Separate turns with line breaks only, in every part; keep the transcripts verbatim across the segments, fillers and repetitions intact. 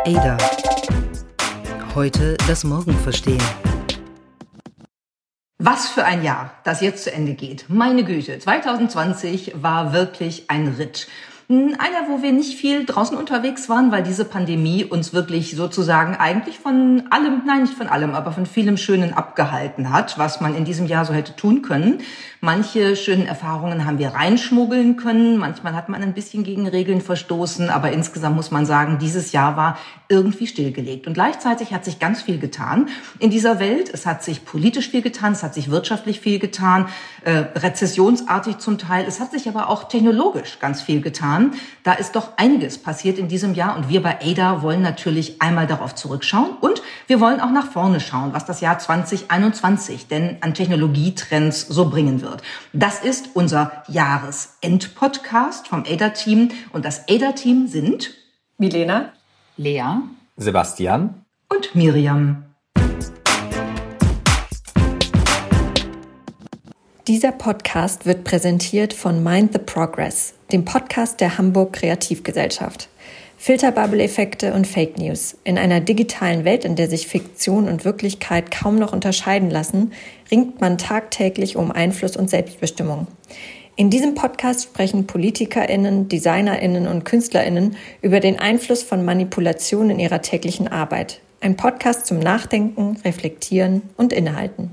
Ada. Heute das Morgen verstehen.
Was für ein Jahr, das jetzt zu Ende geht. Meine Güte, zwanzig zwanzig war wirklich ein Ritt. Einer, wo wir nicht viel draußen unterwegs waren, weil diese Pandemie uns wirklich sozusagen eigentlich von allem, nein, nicht von allem, aber von vielem Schönen abgehalten hat, was man in diesem Jahr so hätte tun können. Manche schönen Erfahrungen haben wir reinschmuggeln können. Manchmal hat man ein bisschen gegen Regeln verstoßen. Aber insgesamt muss man sagen, dieses Jahr war irgendwie stillgelegt. Und gleichzeitig hat sich ganz viel getan in dieser Welt. Es hat sich politisch viel getan. Es hat sich wirtschaftlich viel getan. Äh, rezessionsartig zum Teil. Es hat sich aber auch technologisch ganz viel getan. Da ist doch einiges passiert in diesem Jahr. Und wir bei Ada wollen natürlich einmal darauf zurückschauen. Und wir wollen auch nach vorne schauen, was das Jahr zwanzig einundzwanzig denn an Technologietrends so bringen wird. Das ist unser Jahresendpodcast vom Ada-Team. Und das Ada-Team sind
Milena,
Lea,
Sebastian
und Miriam.
Dieser Podcast wird präsentiert von Mind the Progress, dem Podcast der Hamburg Kreativgesellschaft. Filterbubble-Effekte und Fake News. In einer digitalen Welt, in der sich Fiktion und Wirklichkeit kaum noch unterscheiden lassen, ringt man tagtäglich um Einfluss und Selbstbestimmung. In diesem Podcast sprechen PolitikerInnen, DesignerInnen und KünstlerInnen über den Einfluss von Manipulation in ihrer täglichen Arbeit. Ein Podcast zum Nachdenken, Reflektieren und Innehalten.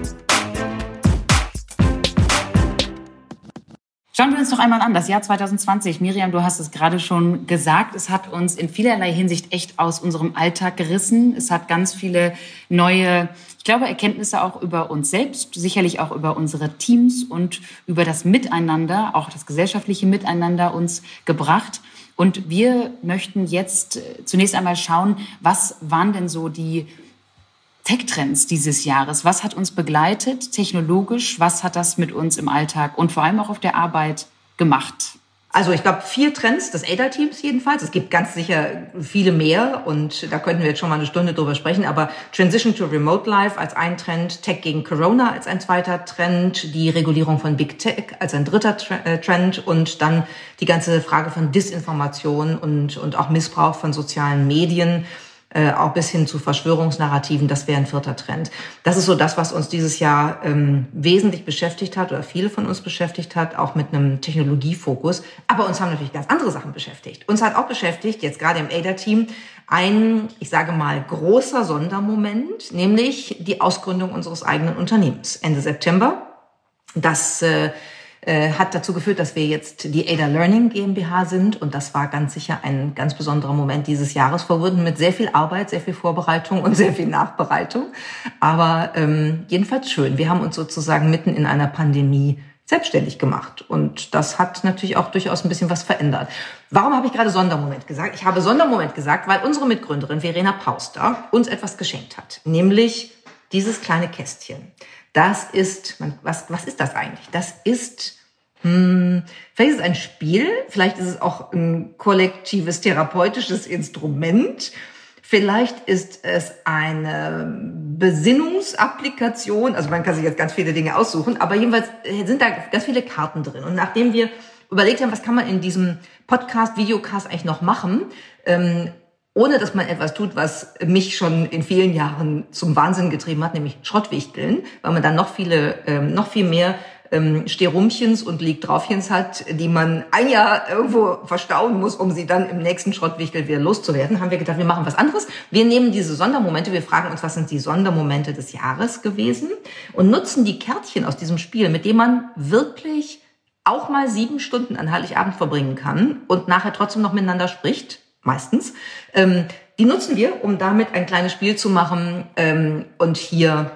Schauen wir uns doch einmal an, das Jahr zwanzig zwanzig. Miriam, du hast es gerade schon gesagt, es hat uns in vielerlei Hinsicht echt aus unserem Alltag gerissen. Es hat ganz viele neue, ich glaube, Erkenntnisse auch über uns selbst, sicherlich auch über unsere Teams und über das Miteinander, auch das gesellschaftliche Miteinander uns gebracht. Und wir möchten jetzt zunächst einmal schauen, was waren denn so die Tech-Trends dieses Jahres? Was hat uns begleitet, technologisch? Was hat das mit uns im Alltag und vor allem auch auf der Arbeit gemacht?
Also ich glaube, vier Trends des Ada-Teams jedenfalls. Es gibt ganz sicher viele mehr und da könnten wir jetzt schon mal eine Stunde drüber sprechen. Aber Transition to Remote Life als ein Trend, Tech gegen Corona als ein zweiter Trend, die Regulierung von Big Tech als ein dritter Trend und dann die ganze Frage von Disinformation und, und auch Missbrauch von sozialen Medien. Äh, auch bis hin zu Verschwörungsnarrativen, das wäre ein vierter Trend. Das ist so das, was uns dieses Jahr ähm, wesentlich beschäftigt hat oder viele von uns beschäftigt hat, auch mit einem Technologiefokus. Aber uns haben natürlich ganz andere Sachen beschäftigt. Uns hat auch beschäftigt, jetzt gerade im Ada-Team, ein, ich sage mal, großer Sondermoment, nämlich die Ausgründung unseres eigenen Unternehmens Ende September. Das äh, Äh, hat dazu geführt, dass wir jetzt die Ada Learning GmbH sind und das war ganz sicher ein ganz besonderer Moment dieses Jahres, verbunden mit sehr viel Arbeit, sehr viel Vorbereitung und sehr viel Nachbereitung, aber ähm, jedenfalls schön. Wir haben uns sozusagen mitten in einer Pandemie selbstständig gemacht und das hat natürlich auch durchaus ein bisschen was verändert. Warum habe ich gerade Sondermoment gesagt? Ich habe Sondermoment gesagt, weil unsere Mitgründerin Verena Pauster uns etwas geschenkt hat, nämlich dieses kleine Kästchen. Das ist, was, was ist das eigentlich? Das ist, hm, vielleicht ist es ein Spiel, vielleicht ist es auch ein kollektives therapeutisches Instrument, vielleicht ist es eine Besinnungsapplikation, also man kann sich jetzt ganz viele Dinge aussuchen, aber jedenfalls sind da ganz viele Karten drin. Und nachdem wir überlegt haben, was kann man in diesem Podcast, Videocast eigentlich noch machen, ähm, ohne dass man etwas tut, was mich schon in vielen Jahren zum Wahnsinn getrieben hat, nämlich Schrottwichteln, weil man dann noch viele, ähm, noch viel mehr ähm, Sterumchens und Liegdraufchens hat, die man ein Jahr irgendwo verstauen muss, um sie dann im nächsten Schrottwichtel wieder loszuwerden, haben wir gedacht, wir machen was anderes. Wir nehmen diese Sondermomente, wir fragen uns, was sind die Sondermomente des Jahres gewesen und nutzen die Kärtchen aus diesem Spiel, mit dem man wirklich auch mal sieben Stunden an Heiligabend verbringen kann und nachher trotzdem noch miteinander spricht. Meistens. Ähm, die nutzen wir, um damit ein kleines Spiel zu machen ähm, und hier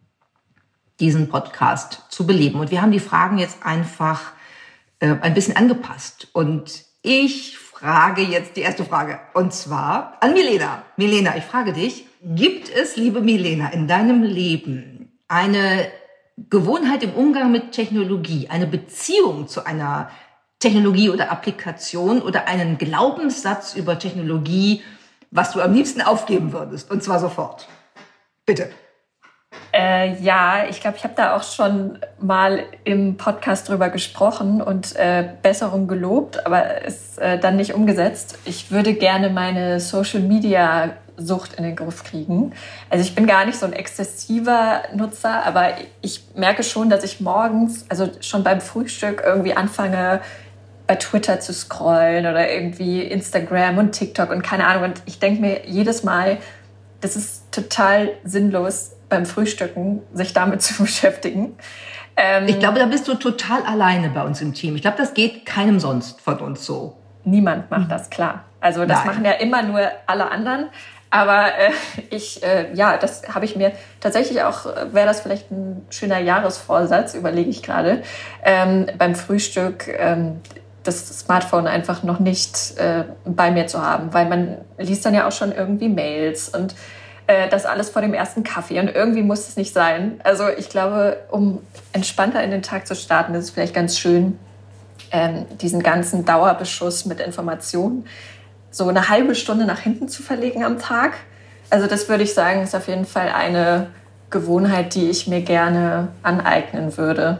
diesen Podcast zu beleben. Und wir haben die Fragen jetzt einfach äh, ein bisschen angepasst. Und ich frage jetzt die erste Frage. Und zwar an Milena. Milena, ich frage dich, gibt es, liebe Milena, in deinem Leben eine Gewohnheit im Umgang mit Technologie, eine Beziehung zu einer Technologie oder Applikation oder einen Glaubenssatz über Technologie, was du am liebsten aufgeben würdest, und zwar sofort? Bitte.
Äh, ja, ich glaube, ich habe da auch schon mal im Podcast drüber gesprochen und äh, Besserung gelobt, aber es äh, dann nicht umgesetzt. Ich würde gerne meine Social-Media-Sucht in den Griff kriegen. Also ich bin gar nicht so ein exzessiver Nutzer, aber ich merke schon, dass ich morgens, also schon beim Frühstück irgendwie anfange, bei Twitter zu scrollen oder irgendwie Instagram und TikTok und keine Ahnung. Und ich denke mir jedes Mal, das ist total sinnlos, beim Frühstücken sich damit zu beschäftigen.
Ähm, ich glaube, da bist du total alleine bei uns im Team. Ich glaube, das geht keinem sonst von uns so.
Niemand macht das, klar. Also das Nein. machen ja immer nur alle anderen. Aber äh, ich, äh, ja, das habe ich mir tatsächlich auch, wäre das vielleicht ein schöner Jahresvorsatz, überlege ich gerade, ähm, beim Frühstück ähm, das Smartphone einfach noch nicht äh, bei mir zu haben. Weil man liest dann ja auch schon irgendwie Mails und das alles vor dem ersten Kaffee. Und irgendwie muss es nicht sein. Also ich glaube, um entspannter in den Tag zu starten, ist es vielleicht ganz schön, ähm, diesen ganzen Dauerbeschuss mit Informationen so eine halbe Stunde nach hinten zu verlegen am Tag. Also das würde ich sagen, ist auf jeden Fall eine Gewohnheit, die ich mir gerne aneignen würde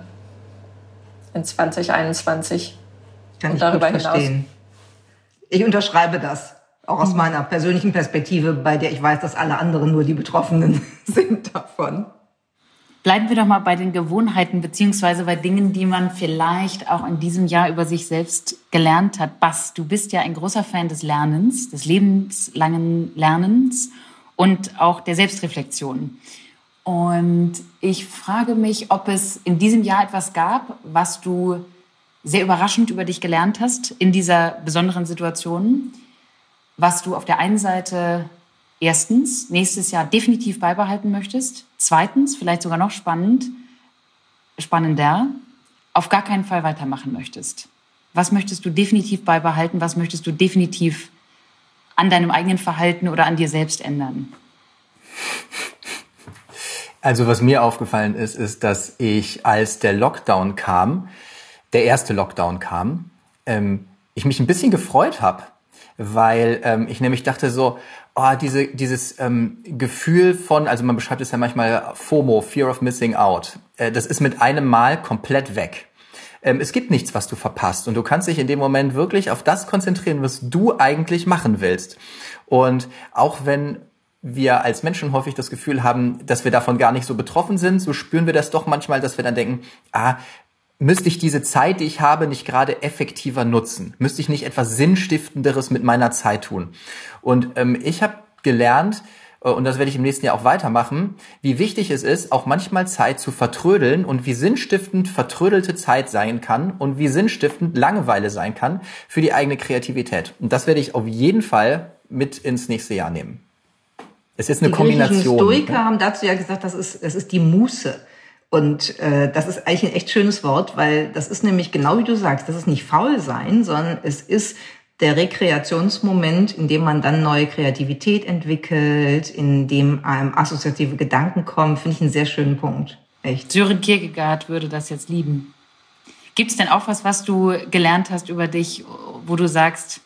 in zwanzig einundzwanzig.
Kann und ich darüber gut verstehen. Hinaus. Ich unterschreibe das. Auch aus meiner persönlichen Perspektive, bei der ich weiß, dass alle anderen nur die Betroffenen sind davon.
Bleiben wir doch mal bei den Gewohnheiten beziehungsweise bei Dingen, die man vielleicht auch in diesem Jahr über sich selbst gelernt hat. Bas, du bist ja ein großer Fan des Lernens, des lebenslangen Lernens und auch der Selbstreflexion. Und ich frage mich, ob es in diesem Jahr etwas gab, was du sehr überraschend über dich gelernt hast in dieser besonderen Situation, was du auf der einen Seite erstens nächstes Jahr definitiv beibehalten möchtest, zweitens, vielleicht sogar noch spannend, spannender, auf gar keinen Fall weitermachen möchtest. Was möchtest du definitiv beibehalten, was möchtest du definitiv an deinem eigenen Verhalten oder an dir selbst ändern?
Also was mir aufgefallen ist, ist, dass ich, als der Lockdown kam, der erste Lockdown kam, ähm, ich mich ein bisschen gefreut habe. Weil ähm, ich nämlich dachte so, oh, diese, dieses ähm, Gefühl von, also man beschreibt es ja manchmal FOMO, Fear of Missing Out, äh, das ist mit einem Mal komplett weg. Ähm, es gibt nichts, was du verpasst und du kannst dich in dem Moment wirklich auf das konzentrieren, was du eigentlich machen willst. Und auch wenn wir als Menschen häufig das Gefühl haben, dass wir davon gar nicht so betroffen sind, so spüren wir das doch manchmal, dass wir dann denken, ah, müsste ich diese Zeit, die ich habe, nicht gerade effektiver nutzen? Müsste ich nicht etwas Sinnstiftenderes mit meiner Zeit tun? Und ähm, ich habe gelernt, äh, und das werde ich im nächsten Jahr auch weitermachen, wie wichtig es ist, auch manchmal Zeit zu vertrödeln und wie sinnstiftend vertrödelte Zeit sein kann und wie sinnstiftend Langeweile sein kann für die eigene Kreativität. Und das werde ich auf jeden Fall mit ins nächste Jahr nehmen. Es ist eine
die
Kombination.
Die Stoiker ne? haben dazu ja gesagt, das ist, das ist die Muße. Und äh, das ist eigentlich ein echt schönes Wort, weil das ist nämlich genau wie du sagst, das ist nicht faul sein, sondern es ist der Rekreationsmoment, in dem man dann neue Kreativität entwickelt, in dem einem assoziative Gedanken kommen, finde ich einen sehr schönen Punkt. Echt.
Sören Kierkegaard würde das jetzt lieben. Gibt es denn auch was, was du gelernt hast über dich, wo du sagst,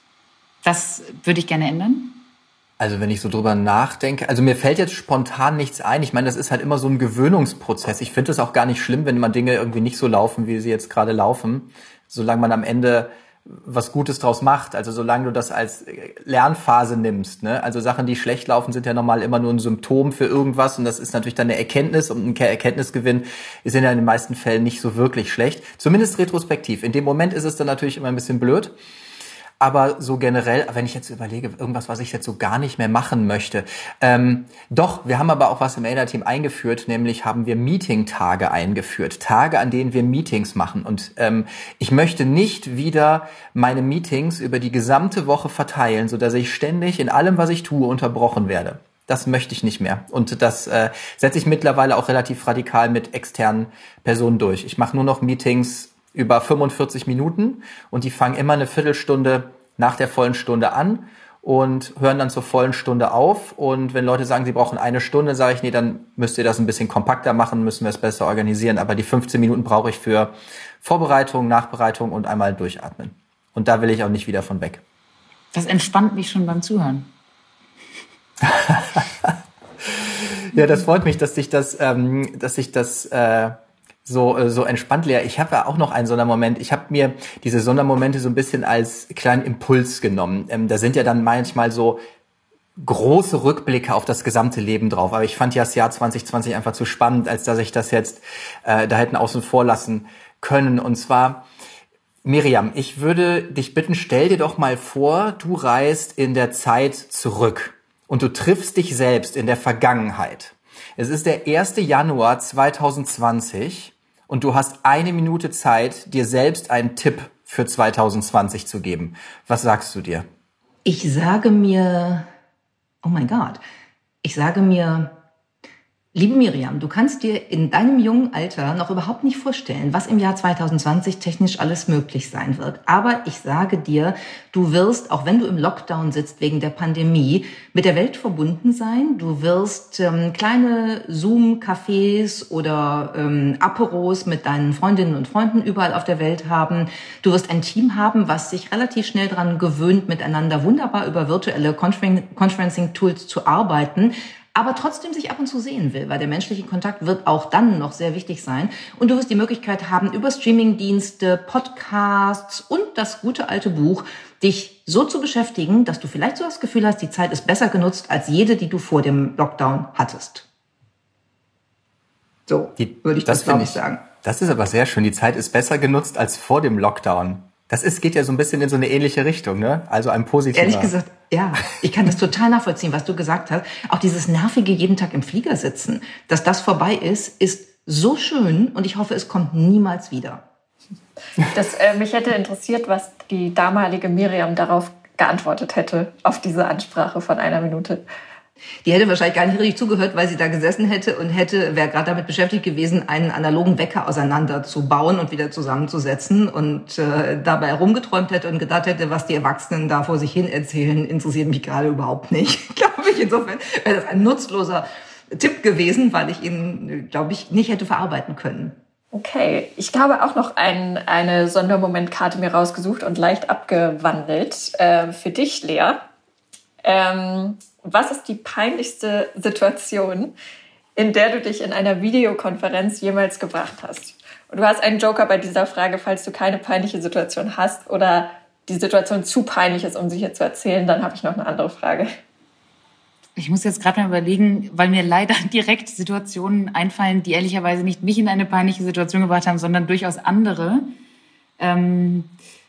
das würde ich gerne ändern?
Also wenn ich so drüber nachdenke, also mir fällt jetzt spontan nichts ein. Ich meine, das ist halt immer so ein Gewöhnungsprozess. Ich finde es auch gar nicht schlimm, wenn man Dinge irgendwie nicht so laufen, wie sie jetzt gerade laufen, solange man am Ende was Gutes draus macht. Also solange du das als Lernphase nimmst, ne? Also Sachen, die schlecht laufen, sind ja normal immer nur ein Symptom für irgendwas und das ist natürlich dann eine Erkenntnis und ein Erkenntnisgewinn ist ja in den meisten Fällen nicht so wirklich schlecht. Zumindest retrospektiv. In dem Moment ist es dann natürlich immer ein bisschen blöd. Aber so generell, wenn ich jetzt überlege, irgendwas, was ich jetzt so gar nicht mehr machen möchte. Ähm, doch, wir haben aber auch was im A D A-Team eingeführt, nämlich haben wir Meeting-Tage eingeführt. Tage, an denen wir Meetings machen. Und ähm, ich möchte nicht wieder meine Meetings über die gesamte Woche verteilen, sodass ich ständig in allem, was ich tue, unterbrochen werde. Das möchte ich nicht mehr. Und das äh, setze ich mittlerweile auch relativ radikal mit externen Personen durch. Ich mache nur noch Meetings über fünfundvierzig Minuten und die fangen immer eine Viertelstunde nach der vollen Stunde an und hören dann zur vollen Stunde auf. Und wenn Leute sagen, sie brauchen eine Stunde, sage ich, nee, dann müsst ihr das ein bisschen kompakter machen, müssen wir es besser organisieren. Aber die fünfzehn Minuten brauche ich für Vorbereitung, Nachbereitung und einmal durchatmen. Und da will ich auch nicht wieder von weg.
Das entspannt mich schon beim Zuhören.
Ja, das freut mich, dass sich das, ähm, dass sich das äh, so so entspannt, Lea. Ich habe ja auch noch einen Sondermoment. Ich habe mir diese Sondermomente so ein bisschen als kleinen Impuls genommen. Ähm, da sind ja dann manchmal so große Rückblicke auf das gesamte Leben drauf. Aber ich fand ja das Jahr zwanzig zwanzig einfach zu spannend, als dass ich das jetzt äh, da hätten außen vor lassen können. Und zwar, Miriam, ich würde dich bitten, stell dir doch mal vor, du reist in der Zeit zurück und du triffst dich selbst in der Vergangenheit. Es ist der erste Januar zwanzig zwanzig und du hast eine Minute Zeit, dir selbst einen Tipp für zwanzig zwanzig zu geben. Was sagst du dir?
Ich sage mir, oh mein Gott, ich sage mir, liebe Miriam, du kannst dir in deinem jungen Alter noch überhaupt nicht vorstellen, was im Jahr zwanzig zwanzig technisch alles möglich sein wird. Aber ich sage dir, du wirst, auch wenn du im Lockdown sitzt wegen der Pandemie, mit der Welt verbunden sein. Du wirst ähm, kleine Zoom-Cafés oder ähm, Aperos mit deinen Freundinnen und Freunden überall auf der Welt haben. Du wirst ein Team haben, was sich relativ schnell daran gewöhnt, miteinander wunderbar über virtuelle Conferencing-Tools zu arbeiten, aber trotzdem sich ab und zu sehen will, weil der menschliche Kontakt wird auch dann noch sehr wichtig sein. Und du wirst die Möglichkeit haben, über Streamingdienste, Podcasts und das gute alte Buch dich so zu beschäftigen, dass du vielleicht so das Gefühl hast, die Zeit ist besser genutzt als jede, die du vor dem Lockdown hattest. So
die,
würde ich das, das glaube ich, sagen.
Das ist aber sehr schön. Die Zeit ist besser genutzt als vor dem Lockdown. Das ist, geht ja so ein bisschen in so eine ähnliche Richtung, ne? Also ein positiver.
Ehrlich gesagt, ja, ich kann das total nachvollziehen, was du gesagt hast. Auch dieses nervige jeden Tag im Flieger sitzen, dass das vorbei ist, ist so schön und ich hoffe, es kommt niemals wieder.
Das, äh, mich hätte interessiert, was die damalige Miriam darauf geantwortet hätte, auf diese Ansprache von einer Minute.
Die hätte wahrscheinlich gar nicht richtig zugehört, weil sie da gesessen hätte und hätte, wäre gerade damit beschäftigt gewesen, einen analogen Wecker auseinanderzubauen und wieder zusammenzusetzen und äh, dabei rumgeträumt hätte und gedacht hätte, was die Erwachsenen da vor sich hin erzählen, interessiert mich gerade überhaupt nicht. Glaube ich, insofern wäre das ein nutzloser Tipp gewesen, weil ich ihn, glaube ich, nicht hätte verarbeiten können.
Okay, ich habe auch noch ein, eine Sondermomentkarte mir rausgesucht und leicht abgewandelt äh, für dich, Lea. Ähm, was ist die peinlichste Situation, in der du dich in einer Videokonferenz jemals gebracht hast? Und du hast einen Joker bei dieser Frage, falls du keine peinliche Situation hast oder die Situation zu peinlich ist, um sie hier zu erzählen, dann habe ich noch eine andere Frage.
Ich muss jetzt gerade mal überlegen, weil mir leider direkt Situationen einfallen, die ehrlicherweise nicht mich in eine peinliche Situation gebracht haben, sondern durchaus andere. Ähm,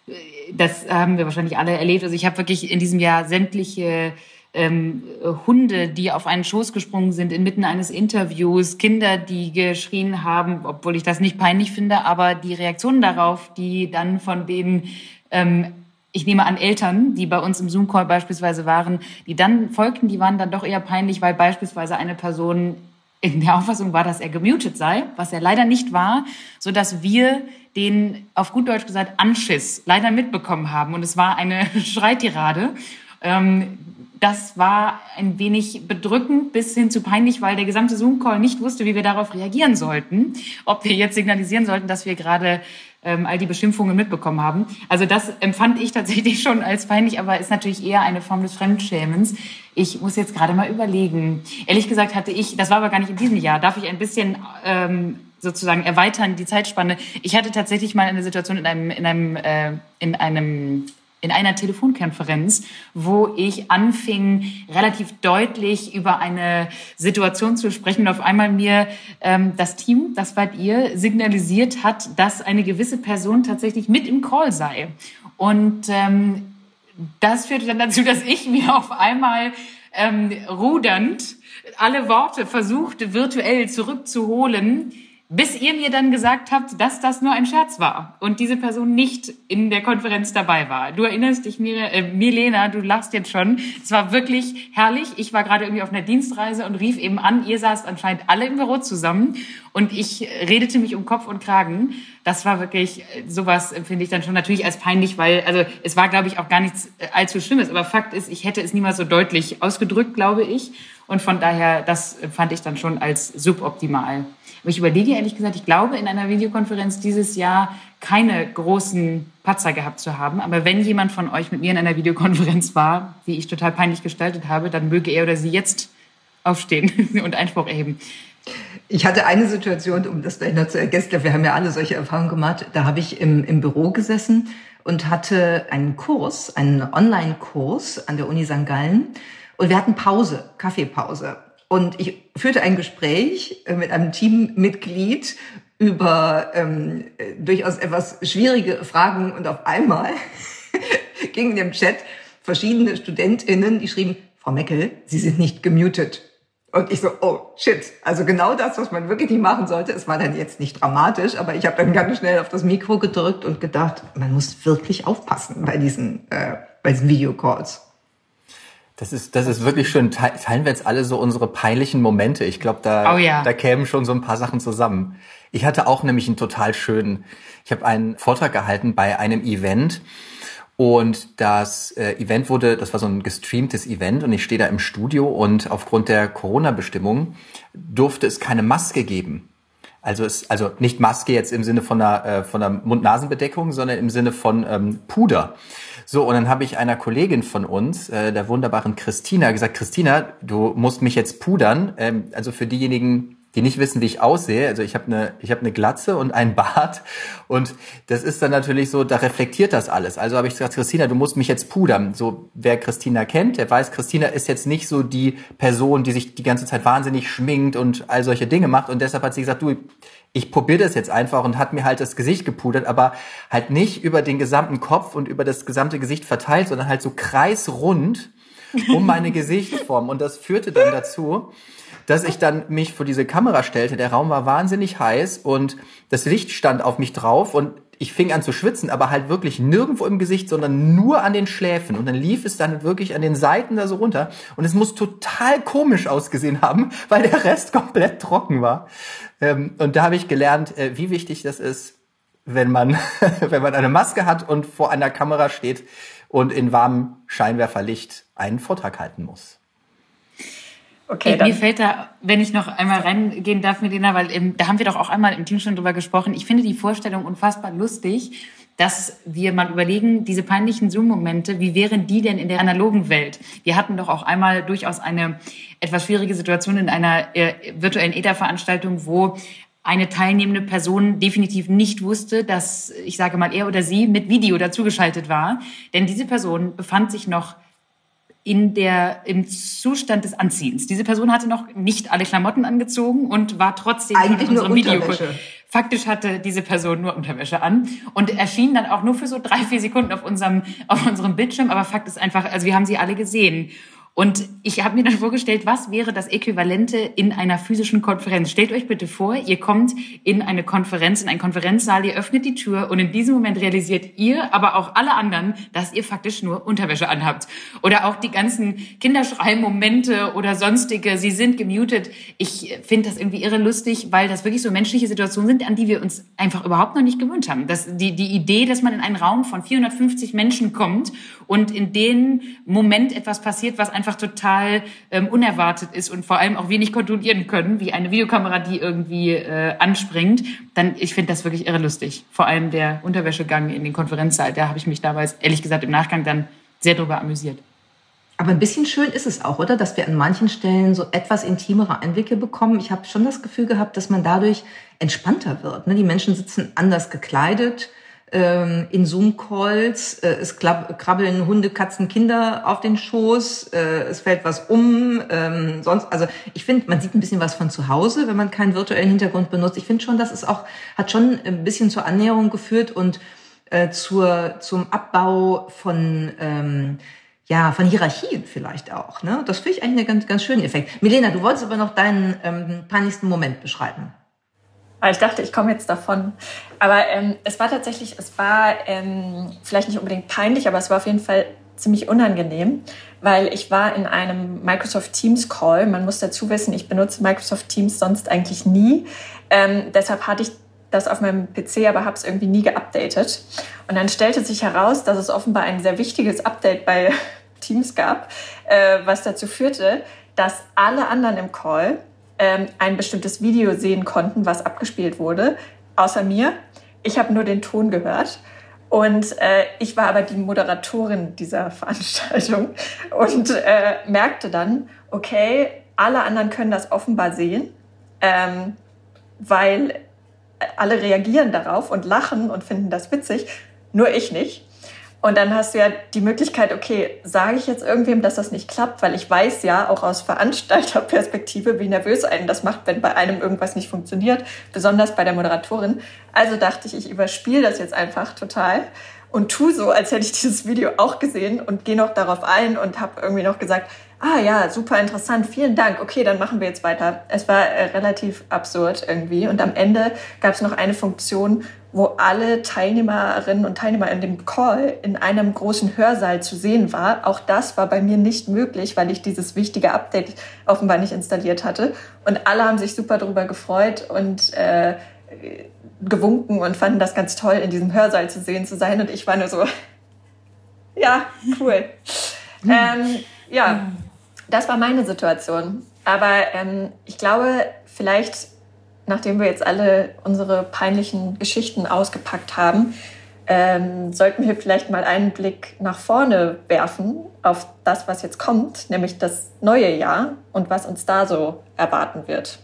das haben wir wahrscheinlich alle erlebt. Also ich habe wirklich in diesem Jahr sämtliche ähm, Hunde, die auf einen Schoß gesprungen sind inmitten eines Interviews, Kinder, die geschrien haben, obwohl ich das nicht peinlich finde, aber die Reaktionen darauf, die dann von den ähm, ich nehme an, Eltern, die bei uns im Zoom-Call beispielsweise waren, die dann folgten, die waren dann doch eher peinlich, weil beispielsweise eine Person in der Auffassung war, dass er gemutet sei, was er leider nicht war, so dass wir den, auf gut Deutsch gesagt, Anschiss leider mitbekommen haben. Und es war eine Schreitirade. Ähm, das war ein wenig bedrückend bis hin zu peinlich, weil der gesamte Zoom-Call nicht wusste, wie wir darauf reagieren sollten. Ob wir jetzt signalisieren sollten, dass wir gerade ähm, all die Beschimpfungen mitbekommen haben. Also das empfand ich tatsächlich schon als peinlich, aber ist natürlich eher eine Form des Fremdschämens. Ich muss jetzt gerade mal überlegen. Ehrlich gesagt hatte ich, das war aber gar nicht in diesem Jahr, darf ich ein bisschen ähm, sozusagen erweitern, die Zeitspanne. Ich hatte tatsächlich mal eine Situation in einem, in einem, äh, in einem in einer Telefonkonferenz, wo ich anfing, relativ deutlich über eine Situation zu sprechen und auf einmal mir ähm, das Team, das bei ihr, signalisiert hat, dass eine gewisse Person tatsächlich mit im Call sei. Und ähm, das führte dann dazu, dass ich mir auf einmal ähm, rudernd alle Worte versuchte, virtuell zurückzuholen, bis ihr mir dann gesagt habt, dass das nur ein Scherz war und diese Person nicht in der Konferenz dabei war. Du erinnerst dich, Mir, äh, Milena, du lachst jetzt schon. Es war wirklich herrlich. Ich war gerade irgendwie auf einer Dienstreise und rief eben an. Ihr saßt anscheinend alle im Büro zusammen und ich redete mich um Kopf und Kragen. Das war wirklich, sowas empfinde ich dann schon natürlich als peinlich, weil, also es war, glaube ich, auch gar nichts allzu Schlimmes. Aber Fakt ist, ich hätte es niemals so deutlich ausgedrückt, glaube ich. Und von daher, das fand ich dann schon als suboptimal. Aber ich überlege ehrlich gesagt, ich glaube, in einer Videokonferenz dieses Jahr keine großen Patzer gehabt zu haben. Aber wenn jemand von euch mit mir in einer Videokonferenz war, die ich total peinlich gestaltet habe, dann möge er oder sie jetzt aufstehen und Einspruch erheben.
Ich hatte eine Situation, um das gleich noch zu ergänzen, wir haben ja alle solche Erfahrungen gemacht, da habe ich im, im Büro gesessen und hatte einen Kurs, einen Online-Kurs an der Uni Sankt Gallen und wir hatten Pause, Kaffeepause. Und ich führte ein Gespräch mit einem Teammitglied über ähm, durchaus etwas schwierige Fragen und auf einmal gingen im Chat verschiedene StudentInnen, die schrieben, Frau Meckel, Sie sind nicht gemutet. Und ich so, oh shit, also genau das, was man wirklich nicht machen sollte. Es war dann jetzt nicht dramatisch, aber ich habe dann ganz schnell auf das Mikro gedrückt und gedacht, man muss wirklich aufpassen bei diesen, äh, bei diesen Videocalls.
Das ist, das ist wirklich schön. Teilen wir jetzt alle so unsere peinlichen Momente. Ich glaube, da,
oh ja.
da kämen schon so ein paar Sachen zusammen. Ich hatte auch nämlich einen total schönen, ich habe einen Vortrag gehalten bei einem Event. Und das äh, Event wurde, das war so ein gestreamtes Event und ich stehe da im Studio und aufgrund der Corona-Bestimmungen durfte es keine Maske geben. Also es, also nicht Maske jetzt im Sinne von einer, äh, von einer Mund-Nasen-Bedeckung, sondern im Sinne von ähm, Puder. So, und dann habe ich einer Kollegin von uns, äh, der wunderbaren Christina, gesagt, Christina, du musst mich jetzt pudern. Ähm, also für diejenigen, die nicht wissen, wie ich aussehe. Also ich habe eine, ich habe eine Glatze und einen Bart und das ist dann natürlich so, da reflektiert das alles. Also habe ich gesagt, Christina, du musst mich jetzt pudern. So, wer Christina kennt, der weiß, Christina ist jetzt nicht so die Person, die sich die ganze Zeit wahnsinnig schminkt und all solche Dinge macht und deshalb hat sie gesagt, du, ich probiere das jetzt einfach und hat mir halt das Gesicht gepudert, aber halt nicht über den gesamten Kopf und über das gesamte Gesicht verteilt, sondern halt so kreisrund um meine Gesichtsform und das führte dann dazu, dass ich dann mich vor diese Kamera stellte. Der Raum war wahnsinnig heiß und das Licht stand auf mich drauf und ich fing an zu schwitzen, aber halt wirklich nirgendwo im Gesicht, sondern nur an den Schläfen. Und dann lief es dann wirklich an den Seiten da so runter und es muss total komisch ausgesehen haben, weil der Rest komplett trocken war. Und da habe ich gelernt, wie wichtig das ist, wenn man, wenn man eine Maske hat und vor einer Kamera steht und in warmem Scheinwerferlicht einen Vortrag halten muss.
Okay, Ey, mir fällt da, wenn ich noch einmal reingehen darf, Milena, weil ähm, da haben wir doch auch einmal im Team schon drüber gesprochen. Ich finde die Vorstellung unfassbar lustig, dass wir mal überlegen, diese peinlichen Zoom-Momente, wie wären die denn in der analogen Welt? Wir hatten doch auch einmal durchaus eine etwas schwierige Situation in einer äh, virtuellen E T A-Veranstaltung, wo eine teilnehmende Person definitiv nicht wusste, dass, ich sage mal, er oder sie mit Video dazugeschaltet war. Denn diese Person befand sich noch in der, im Zustand des Anziehens. Diese Person hatte noch nicht alle Klamotten angezogen und war trotzdem
eigentlich
in unserem Video.
Unterwäsche.
Faktisch hatte diese Person nur Unterwäsche an und erschien dann auch nur für so drei, vier Sekunden auf unserem, auf unserem Bildschirm. Aber Fakt ist einfach, also wir haben sie alle gesehen. Und ich habe mir dann vorgestellt, was wäre das Äquivalente in einer physischen Konferenz? Stellt euch bitte vor, ihr kommt in eine Konferenz, in einen Konferenzsaal, ihr öffnet die Tür und in diesem Moment realisiert ihr, aber auch alle anderen, dass ihr faktisch nur Unterwäsche anhabt. Oder auch die ganzen Kinderschreimomente oder sonstige, sie sind gemutet. Ich finde das irgendwie irre lustig, weil das wirklich so menschliche Situationen sind, an die wir uns einfach überhaupt noch nicht gewöhnt haben. Das, die, die Idee, dass man in einen Raum von vierhundertfünfzig Menschen kommt und in dem Moment etwas passiert, was einfach total ähm, unerwartet ist und vor allem auch wir nicht kontrollieren können, wie eine Videokamera, die irgendwie äh, anspringt, dann, ich finde das wirklich irre lustig. Vor allem der Unterwäschegang in den Konferenzsaal, da habe ich mich damals, ehrlich gesagt, im Nachgang dann sehr drüber amüsiert.
Aber ein bisschen schön ist es auch, oder? Dass wir an manchen Stellen so etwas intimere Einblicke bekommen. Ich habe schon das Gefühl gehabt, dass man dadurch entspannter wird. Ne? Die Menschen sitzen anders gekleidet in Zoom-Calls, es krabbeln Hunde, Katzen, Kinder auf den Schoß, es fällt was um, sonst, also ich finde, man sieht ein bisschen was von zu Hause, wenn man keinen virtuellen Hintergrund benutzt. Ich finde schon, das ist auch, hat schon ein bisschen zur Annäherung geführt und äh, zur, zum Abbau von, ähm, ja, von Hierarchien vielleicht auch, ne? Das finde ich eigentlich einen ganz, ganz schönen Effekt. Milena, du wolltest aber noch deinen ähm, peinlichsten Moment beschreiben.
Ich dachte, ich komme jetzt davon. Aber ähm, es war tatsächlich, es war ähm, vielleicht nicht unbedingt peinlich, aber es war auf jeden Fall ziemlich unangenehm, weil ich war in einem Microsoft Teams Call. Man muss dazu wissen, ich benutze Microsoft Teams sonst eigentlich nie. Ähm, deshalb hatte ich das auf meinem P C, aber habe es irgendwie nie geupdatet. Und dann stellte sich heraus, dass es offenbar ein sehr wichtiges Update bei Teams gab, äh, was dazu führte, dass alle anderen im Call ein bestimmtes Video sehen konnten, was abgespielt wurde, außer mir. Ich habe nur den Ton gehört und äh, ich war aber die Moderatorin dieser Veranstaltung und äh, merkte dann, okay, alle anderen können das offenbar sehen, ähm, weil alle reagieren darauf und lachen und finden das witzig, nur ich nicht. Und dann hast du ja die Möglichkeit, okay, sage ich jetzt irgendwem, dass das nicht klappt, weil ich weiß ja auch aus Veranstalterperspektive, wie nervös einen das macht, wenn bei einem irgendwas nicht funktioniert, besonders bei der Moderatorin. Also dachte ich, ich überspiele das jetzt einfach total und tu so, als hätte ich dieses Video auch gesehen und gehe noch darauf ein und habe irgendwie noch gesagt, ah ja, super interessant, vielen Dank, okay, dann machen wir jetzt weiter. Es war äh, relativ absurd irgendwie und am Ende gab es noch eine Funktion, wo alle Teilnehmerinnen und Teilnehmer in dem Call in einem großen Hörsaal zu sehen war. Auch das war bei mir nicht möglich, weil ich dieses wichtige Update offenbar nicht installiert hatte. Und alle haben sich super darüber gefreut und äh, gewunken und fanden das ganz toll, in diesem Hörsaal zu sehen zu sein. Und ich war nur so, ja, cool. Mhm. Ähm, ja, das war meine Situation. Aber ähm, ich glaube, vielleicht, nachdem wir jetzt alle unsere peinlichen Geschichten ausgepackt haben, ähm, sollten wir vielleicht mal einen Blick nach vorne werfen auf das, was jetzt kommt, nämlich das neue Jahr und was uns da so erwarten wird.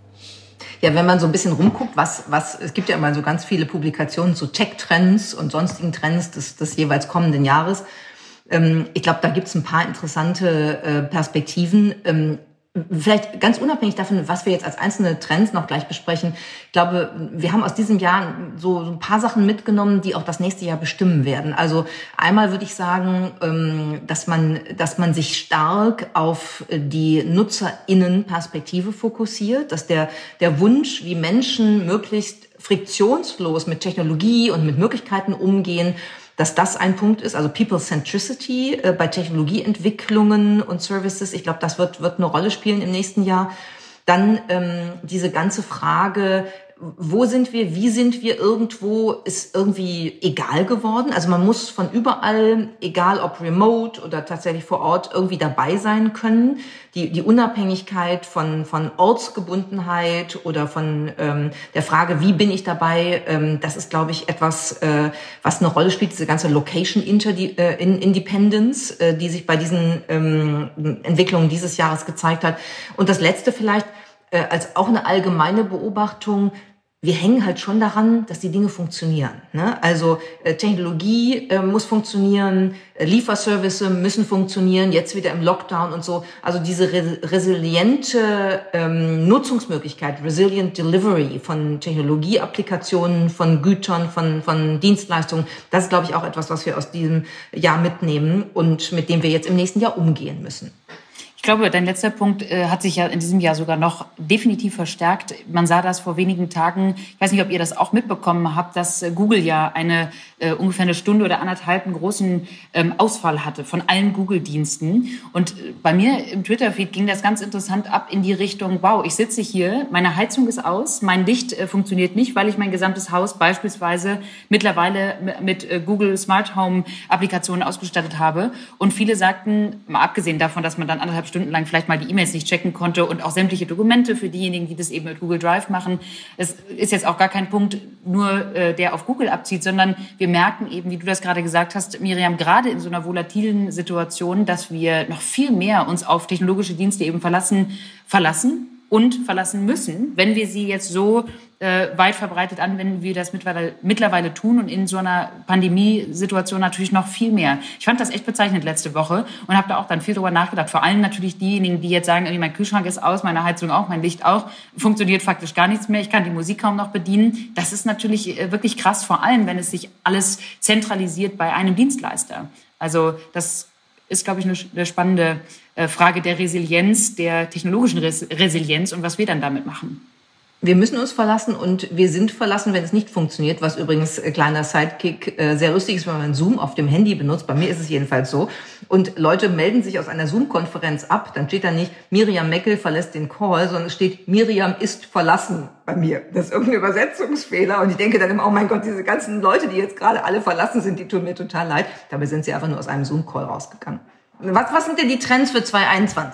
Ja, wenn man so ein bisschen rumguckt, was, was, es gibt ja immer so ganz viele Publikationen zu Tech-Trends und sonstigen Trends des, des jeweils kommenden Jahres. Ähm, ich glaube, da gibt es ein paar interessante äh, Perspektiven. Ähm, Vielleicht ganz unabhängig davon, was wir jetzt als einzelne Trends noch gleich besprechen. Ich glaube, wir haben aus diesem Jahr so, so ein paar Sachen mitgenommen, die auch das nächste Jahr bestimmen werden. Also einmal würde ich sagen, dass man, dass man sich stark auf die NutzerInnen-Perspektive fokussiert, dass der, der Wunsch, wie Menschen möglichst friktionslos mit Technologie und mit Möglichkeiten umgehen, dass das ein Punkt ist, also People-Centricity äh, bei Technologieentwicklungen und Services. Ich glaube, das wird, wird eine Rolle spielen im nächsten Jahr. Dann ähm, diese ganze Frage, wo sind wir, wie sind wir irgendwo, ist irgendwie egal geworden. Also man muss von überall, egal ob remote oder tatsächlich vor Ort, irgendwie dabei sein können. Die, die Unabhängigkeit von, von Ortsgebundenheit oder von ähm, der Frage, wie bin ich dabei, ähm, das ist, glaube ich, etwas, äh, was eine Rolle spielt, diese ganze Location Independence, äh, die sich bei diesen ähm, Entwicklungen dieses Jahres gezeigt hat. Und das Letzte vielleicht, äh, als auch eine allgemeine Beobachtung, wir hängen halt schon daran, dass die Dinge funktionieren. Ne? Also äh, Technologie äh, muss funktionieren, äh, Lieferservice müssen funktionieren, jetzt wieder im Lockdown und so. Also diese re- resiliente ähm, Nutzungsmöglichkeit, resilient Delivery von Technologieapplikationen, von Gütern, von, von Dienstleistungen, das ist, glaube ich, auch etwas, was wir aus diesem Jahr mitnehmen und mit dem wir jetzt im nächsten Jahr umgehen müssen.
Ich glaube, dein letzter Punkt äh, hat sich ja in diesem Jahr sogar noch definitiv verstärkt. Man sah das vor wenigen Tagen. Ich weiß nicht, ob ihr das auch mitbekommen habt, dass äh, Google ja eine äh, ungefähr eine Stunde oder anderthalb einen großen ähm, Ausfall hatte von allen Google-Diensten. Und äh, bei mir im Twitter-Feed ging das ganz interessant ab in die Richtung, wow, ich sitze hier, meine Heizung ist aus, mein Licht äh, funktioniert nicht, weil ich mein gesamtes Haus beispielsweise mittlerweile mit äh, Google Smart Home Applikationen ausgestattet habe. Und viele sagten, mal abgesehen davon, dass man dann anderthalb Stunden lang vielleicht mal die E-Mails nicht checken konnte und auch sämtliche Dokumente für diejenigen, die das eben mit Google Drive machen. Es ist jetzt auch gar kein Punkt nur, äh, der auf Google abzieht, sondern wir merken eben, wie du das gerade gesagt hast, Miriam, gerade in so einer volatilen Situation, dass wir noch viel mehr uns auf technologische Dienste eben verlassen, verlassen und verlassen müssen, wenn wir sie jetzt so äh, weit verbreitet anwenden, wie wir das mittlerweile, mittlerweile tun und in so einer Pandemiesituation natürlich noch viel mehr. Ich fand das echt bezeichnend letzte Woche und habe da auch dann viel drüber nachgedacht. Vor allem natürlich diejenigen, die jetzt sagen, mein Kühlschrank ist aus, meine Heizung auch, mein Licht auch, funktioniert faktisch gar nichts mehr, ich kann die Musik kaum noch bedienen. Das ist natürlich äh, wirklich krass, vor allem, wenn es sich alles zentralisiert bei einem Dienstleister. Also das ist, glaube ich, eine, eine spannende äh, Frage der Resilienz, der technologischen Res- Resilienz und was wir dann damit machen.
Wir müssen uns verlassen und wir sind verlassen, wenn es nicht funktioniert, was übrigens, äh, kleiner Sidekick, äh, sehr lustig ist, wenn man Zoom auf dem Handy benutzt. Bei mir ist es jedenfalls so. Und Leute melden sich aus einer Zoom-Konferenz ab, dann steht da nicht, Miriam Meckel verlässt den Call, sondern es steht, Miriam ist verlassen bei mir. Das ist irgendein Übersetzungsfehler und ich denke dann immer, oh mein Gott, diese ganzen Leute, die jetzt gerade alle verlassen sind, die tun mir total leid. Dabei sind sie einfach nur aus einem Zoom-Call rausgegangen. Was, was sind denn die Trends für zwanzig einundzwanzig?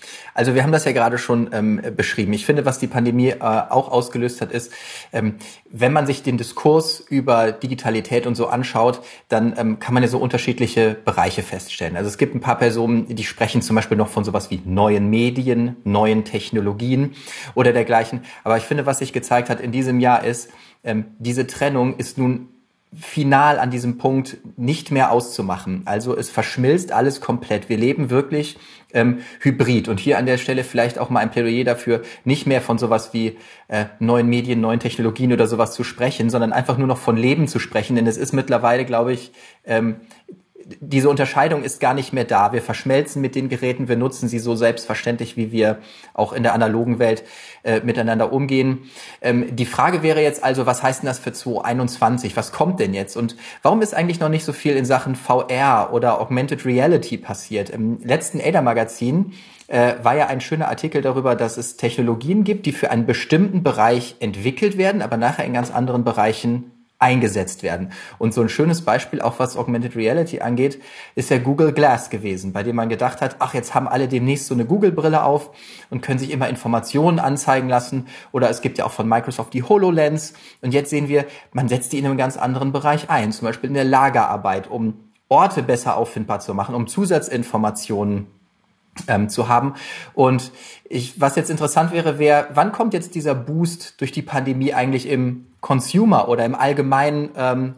Also wir haben das ja gerade schon ähm, beschrieben. Ich finde, was die Pandemie äh, auch ausgelöst hat, ist, ähm, wenn man sich den Diskurs über Digitalität und so anschaut, dann ähm, kann man ja so unterschiedliche Bereiche feststellen. Also es gibt ein paar Personen, die sprechen zum Beispiel noch von sowas wie neuen Medien, neuen Technologien oder dergleichen. Aber ich finde, was sich gezeigt hat in diesem Jahr ist, ähm, diese Trennung ist nun final an diesem Punkt nicht mehr auszumachen. Also es verschmilzt alles komplett. Wir leben wirklich ähm, hybrid. Und hier an der Stelle vielleicht auch mal ein Plädoyer dafür, nicht mehr von sowas wie äh, neuen Medien, neuen Technologien oder sowas zu sprechen, sondern einfach nur noch von Leben zu sprechen. Denn es ist mittlerweile, glaube ich, ähm, diese Unterscheidung ist gar nicht mehr da. Wir verschmelzen mit den Geräten, wir nutzen sie so selbstverständlich, wie wir auch in der analogen Welt äh, miteinander umgehen. Ähm, die Frage wäre jetzt also, was heißt denn das für zwanzig einundzwanzig? Was kommt denn jetzt? Und warum ist eigentlich noch nicht so viel in Sachen V R oder Augmented Reality passiert? Im letzten A D A-Magazin äh, war ja ein schöner Artikel darüber, dass es Technologien gibt, die für einen bestimmten Bereich entwickelt werden, aber nachher in ganz anderen Bereichen eingesetzt werden. Und so ein schönes Beispiel, auch was Augmented Reality angeht, ist ja Google Glass gewesen, bei dem man gedacht hat, ach, jetzt haben alle demnächst so eine Google-Brille auf und können sich immer Informationen anzeigen lassen. Oder es gibt ja auch von Microsoft die HoloLens. Und jetzt sehen wir, man setzt die in einem ganz anderen Bereich ein, zum Beispiel in der Lagerarbeit, um Orte besser auffindbar zu machen, um Zusatzinformationen Ähm, zu haben. Und ich, was jetzt interessant wäre, wäre, wann kommt jetzt dieser Boost durch die Pandemie eigentlich im Consumer oder im allgemeinen ähm,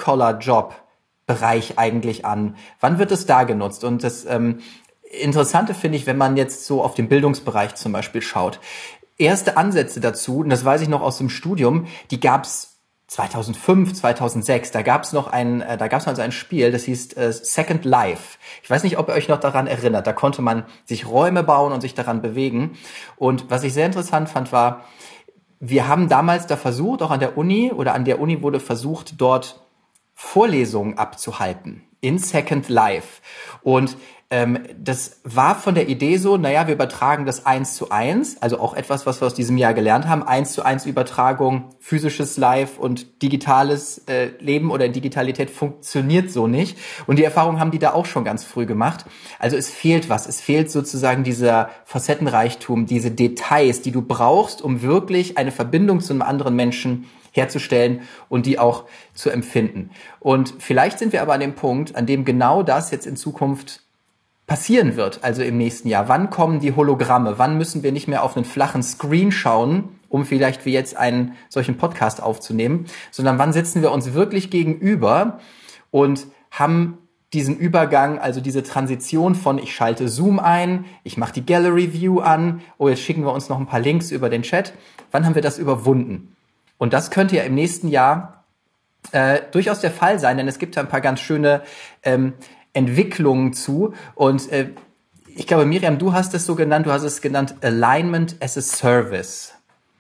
White-Collar-Job-Bereich eigentlich an? Wann wird es da genutzt? Und das ähm, Interessante finde ich, wenn man jetzt so auf den Bildungsbereich zum Beispiel schaut. Erste Ansätze dazu, und das weiß ich noch aus dem Studium, die gab es zweitausendfünf, zweitausendsechs, da gab es noch ein, äh, da gab es also ein Spiel, das hieß äh, Second Life. Ich weiß nicht, ob ihr euch noch daran erinnert. Da konnte man sich Räume bauen und sich daran bewegen. Und was ich sehr interessant fand, war, wir haben damals da versucht, auch an der Uni oder an der Uni wurde versucht, dort Vorlesungen abzuhalten in Second Life. Und ähm, das war von der Idee so, naja, wir übertragen das eins zu eins, also auch etwas, was wir aus diesem Jahr gelernt haben, eins zu eins Übertragung, physisches Live und digitales äh, Leben oder Digitalität funktioniert so nicht. Und die Erfahrung haben die da auch schon ganz früh gemacht. Also es fehlt was, es fehlt sozusagen dieser Facettenreichtum, diese Details, die du brauchst, um wirklich eine Verbindung zu einem anderen Menschen herzustellen und die auch zu empfinden. Und vielleicht sind wir aber an dem Punkt, an dem genau das jetzt in Zukunft passieren wird, also im nächsten Jahr. Wann kommen die Hologramme? Wann müssen wir nicht mehr auf einen flachen Screen schauen, um vielleicht wie jetzt einen solchen Podcast aufzunehmen, sondern wann sitzen wir uns wirklich gegenüber und haben diesen Übergang, also diese Transition von ich schalte Zoom ein, ich mache die Gallery View an, oh, jetzt schicken wir uns noch ein paar Links über den Chat. Wann haben wir das überwunden? Und das könnte ja im nächsten Jahr äh, durchaus der Fall sein, denn es gibt ja ein paar ganz schöne ähm, Entwicklungen zu. Und äh, ich glaube, Miriam, du hast es so genannt, du hast es genannt Alignment as a Service.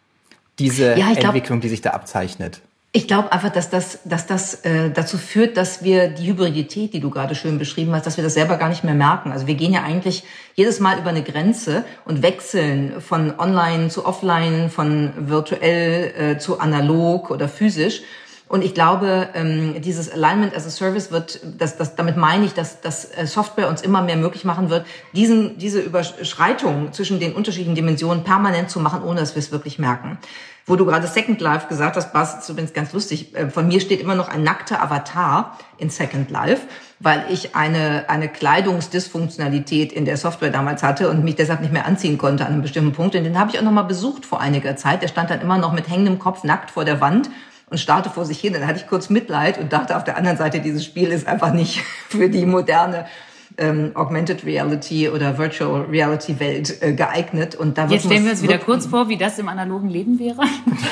Diese ja, glaub, Entwicklung, die sich da abzeichnet.
Ich glaube einfach, dass das, dass das äh, dazu führt, dass wir die Hybridität, die du gerade schön beschrieben hast, dass wir das selber gar nicht mehr merken. Also wir gehen ja eigentlich jedes Mal über eine Grenze und wechseln von online zu offline, von virtuell äh, zu analog oder physisch. Und ich glaube, ähm, dieses Alignment as a Service wird, das, das, damit meine ich, dass, dass Software uns immer mehr möglich machen wird, diesen, diese Überschreitung zwischen den unterschiedlichen Dimensionen permanent zu machen, ohne dass wir es wirklich merken. Wo du gerade Second Life gesagt hast, war es übrigens ganz lustig. Von mir steht immer noch ein nackter Avatar in Second Life, weil ich eine, eine Kleidungsdysfunktionalität in der Software damals hatte und mich deshalb nicht mehr anziehen konnte an einem bestimmten Punkt. Und den habe ich auch noch mal besucht vor einiger Zeit. Der stand dann immer noch mit hängendem Kopf nackt vor der Wand und starrte vor sich hin. Dann hatte ich kurz Mitleid und dachte, auf der anderen Seite, dieses Spiel ist einfach nicht für die moderne ähm, Augmented Reality oder Virtual Reality Welt äh, geeignet. Und da
jetzt stellen wir uns wieder kurz vor, wie das im analogen Leben wäre.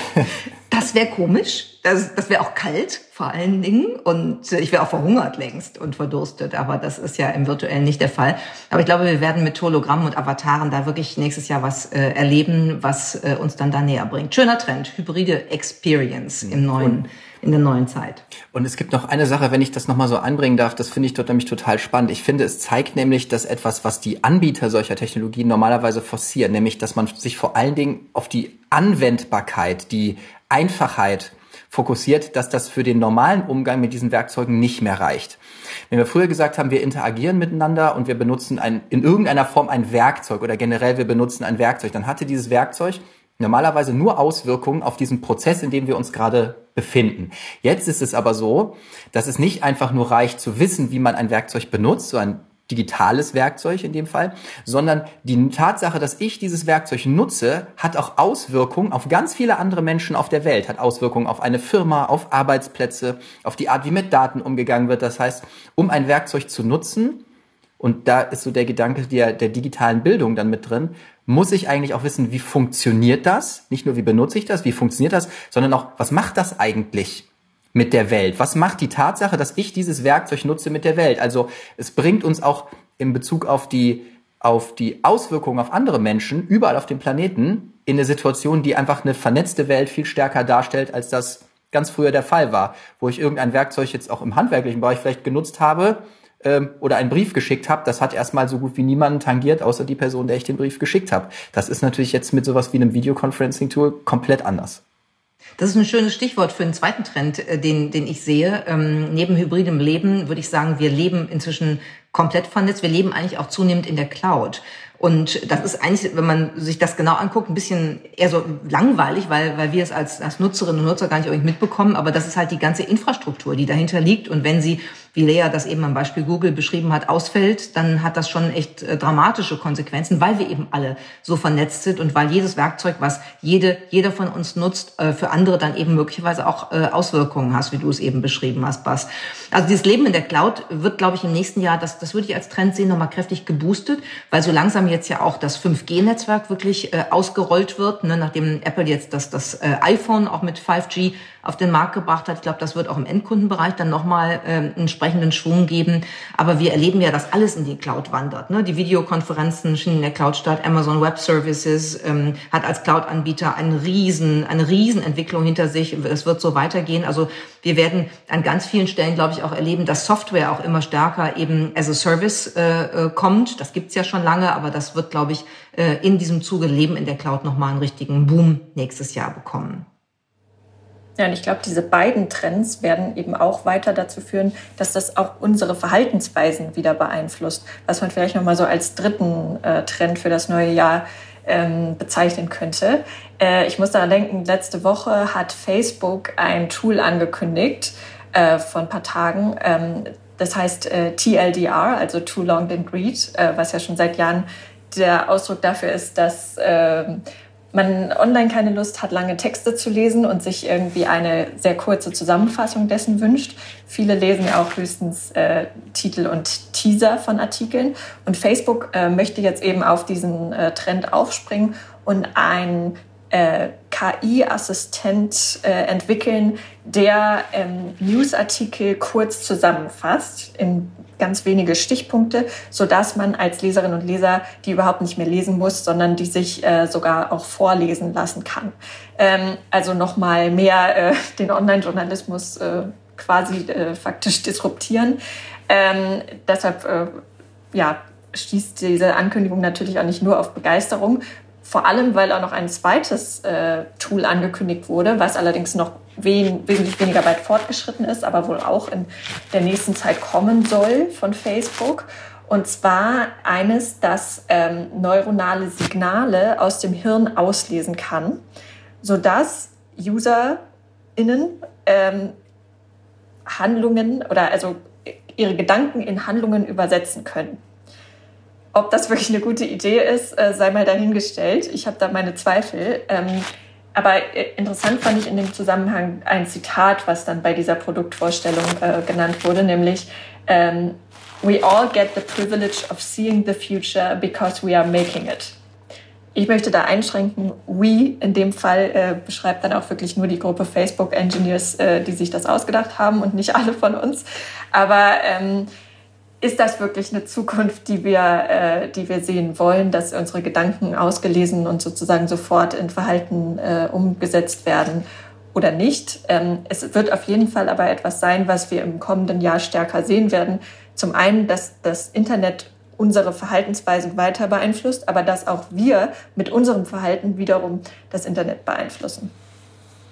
Das wäre komisch. Das, das wäre auch kalt, vor allen Dingen. Und ich wäre auch verhungert längst und verdurstet. Aber das ist ja im Virtuellen nicht der Fall. Aber ich glaube, wir werden mit Hologrammen und Avataren da wirklich nächstes Jahr was äh, erleben, was äh, uns dann da näher bringt. Schöner Trend, hybride Experience im neuen, in der neuen Zeit.
Und es gibt noch eine Sache, wenn ich das nochmal so anbringen darf, das finde ich dort nämlich total spannend. Ich finde, es zeigt nämlich, dass etwas, was die Anbieter solcher Technologien normalerweise forcieren, nämlich, dass man sich vor allen Dingen auf die Anwendbarkeit, die Einfachheit fokussiert, dass das für den normalen Umgang mit diesen Werkzeugen nicht mehr reicht. Wenn wir früher gesagt haben, wir interagieren miteinander und wir benutzen ein, in irgendeiner Form ein Werkzeug oder generell wir benutzen ein Werkzeug, dann hatte dieses Werkzeug normalerweise nur Auswirkungen auf diesen Prozess, in dem wir uns gerade befinden. Jetzt ist es aber so, dass es nicht einfach nur reicht zu wissen, wie man ein Werkzeug benutzt, so ein digitales Werkzeug in dem Fall, sondern die Tatsache, dass ich dieses Werkzeug nutze, hat auch Auswirkungen auf ganz viele andere Menschen auf der Welt, hat Auswirkungen auf eine Firma, auf Arbeitsplätze, auf die Art, wie mit Daten umgegangen wird. Das heißt, um ein Werkzeug zu nutzen, und da ist so der Gedanke der, der digitalen Bildung dann mit drin, muss ich eigentlich auch wissen, wie funktioniert das? Nicht nur, wie benutze ich das, wie funktioniert das, sondern auch, was macht das eigentlich mit der Welt? Was macht die Tatsache, dass ich dieses Werkzeug nutze mit der Welt? Also es bringt uns auch in Bezug auf die, auf die Auswirkungen auf andere Menschen überall auf dem Planeten in eine Situation, die einfach eine vernetzte Welt viel stärker darstellt, als das ganz früher der Fall war, wo ich irgendein Werkzeug jetzt auch im handwerklichen Bereich vielleicht genutzt habe ähm, oder einen Brief geschickt habe. Das hat erstmal so gut wie niemanden tangiert, außer die Person, der ich den Brief geschickt habe. Das ist natürlich jetzt mit sowas wie einem Videoconferencing-Tool komplett anders.
Das ist ein schönes Stichwort für einen zweiten Trend, den, den ich sehe. Ähm, neben hybridem Leben würde ich sagen, wir leben inzwischen komplett vernetzt. Wir leben eigentlich auch zunehmend in der Cloud. Und das ist eigentlich, wenn man sich das genau anguckt, ein bisschen eher so langweilig, weil, weil wir es als, als Nutzerinnen und Nutzer gar nicht irgendwie mitbekommen. Aber das ist halt die ganze Infrastruktur, die dahinter liegt. Und wenn sie, wie Lea das eben am Beispiel Google beschrieben hat, ausfällt, dann hat das schon echt äh, dramatische Konsequenzen, weil wir eben alle so vernetzt sind und weil jedes Werkzeug, was jede, jeder von uns nutzt, äh, für andere dann eben möglicherweise auch äh, Auswirkungen hast, wie du es eben beschrieben hast, Bas. Also dieses Leben in der Cloud wird, glaube ich, im nächsten Jahr, das, das würde ich als Trend sehen, nochmal kräftig geboostet, weil so langsam jetzt ja auch das fünf G Netzwerk wirklich äh, ausgerollt wird, ne, nachdem Apple jetzt das, das äh, iPhone auch mit fünf G auf den Markt gebracht hat. Ich glaube, das wird auch im Endkundenbereich dann nochmal äh, einen entsprechenden Schwung geben. Aber wir erleben ja, dass alles in die Cloud wandert. Ne? Die Videokonferenzen finden in der Cloud statt. Amazon Web Services ähm, hat als Cloud-Anbieter einen riesen, eine Riesenentwicklung hinter sich. Es wird so weitergehen. Also wir werden an ganz vielen Stellen, glaube ich, auch erleben, dass Software auch immer stärker eben as a Service äh, kommt. Das gibt's ja schon lange, aber das wird, glaube ich, äh, in diesem Zuge Leben in der Cloud nochmal einen richtigen Boom nächstes Jahr bekommen.
Ja, und ich glaube, diese beiden Trends werden eben auch weiter dazu führen, dass das auch unsere Verhaltensweisen wieder beeinflusst, was man vielleicht nochmal so als dritten äh, Trend für das neue Jahr ähm, bezeichnen könnte. Äh, ich muss daran denken, letzte Woche hat Facebook ein Tool angekündigt, äh, vor ein paar Tagen, ähm, das heißt äh, T L D R, also Too Long Didn't Read, äh, was ja schon seit Jahren der Ausdruck dafür ist, dass äh, man online keine Lust hat, lange Texte zu lesen und sich irgendwie eine sehr kurze Zusammenfassung dessen wünscht. Viele lesen ja auch höchstens äh, Titel und Teaser von Artikeln. Und Facebook äh, möchte jetzt eben auf diesen äh, Trend aufspringen und ein äh, K I-Assistent äh, entwickeln, der ähm, Newsartikel kurz zusammenfasst in ganz wenige Stichpunkte, sodass man als Leserin und Leser die überhaupt nicht mehr lesen muss, sondern die sich äh, sogar auch vorlesen lassen kann. Ähm, also nochmal mehr äh, den Online-Journalismus äh, quasi äh, faktisch disruptieren. Ähm, deshalb äh, ja, stieß diese Ankündigung natürlich auch nicht nur auf Begeisterung, vor allem, weil auch noch ein zweites äh, Tool angekündigt wurde, was allerdings noch wen, wesentlich weniger weit fortgeschritten ist, aber wohl auch in der nächsten Zeit kommen soll von Facebook. Und zwar eines, das ähm, neuronale Signale aus dem Hirn auslesen kann, sodass UserInnen ähm, Handlungen oder also ihre Gedanken in Handlungen übersetzen können. Ob das wirklich eine gute Idee ist, sei mal dahingestellt. Ich habe da meine Zweifel. Aber interessant fand ich in dem Zusammenhang ein Zitat, was dann bei dieser Produktvorstellung genannt wurde, nämlich "We all get the privilege of seeing the future because we are making it." Ich möchte da einschränken, we in dem Fall äh, beschreibt dann auch wirklich nur die Gruppe Facebook-Engineers, äh, die sich das ausgedacht haben und nicht alle von uns. Aber ähm, ist das wirklich eine Zukunft, die wir, äh, die wir sehen wollen, dass unsere Gedanken ausgelesen und sozusagen sofort in Verhalten äh, umgesetzt werden oder nicht? Ähm, es wird auf jeden Fall aber etwas sein, was wir im kommenden Jahr stärker sehen werden. Zum einen, dass das Internet unsere Verhaltensweisen weiter beeinflusst, aber dass auch wir mit unserem Verhalten wiederum das Internet beeinflussen.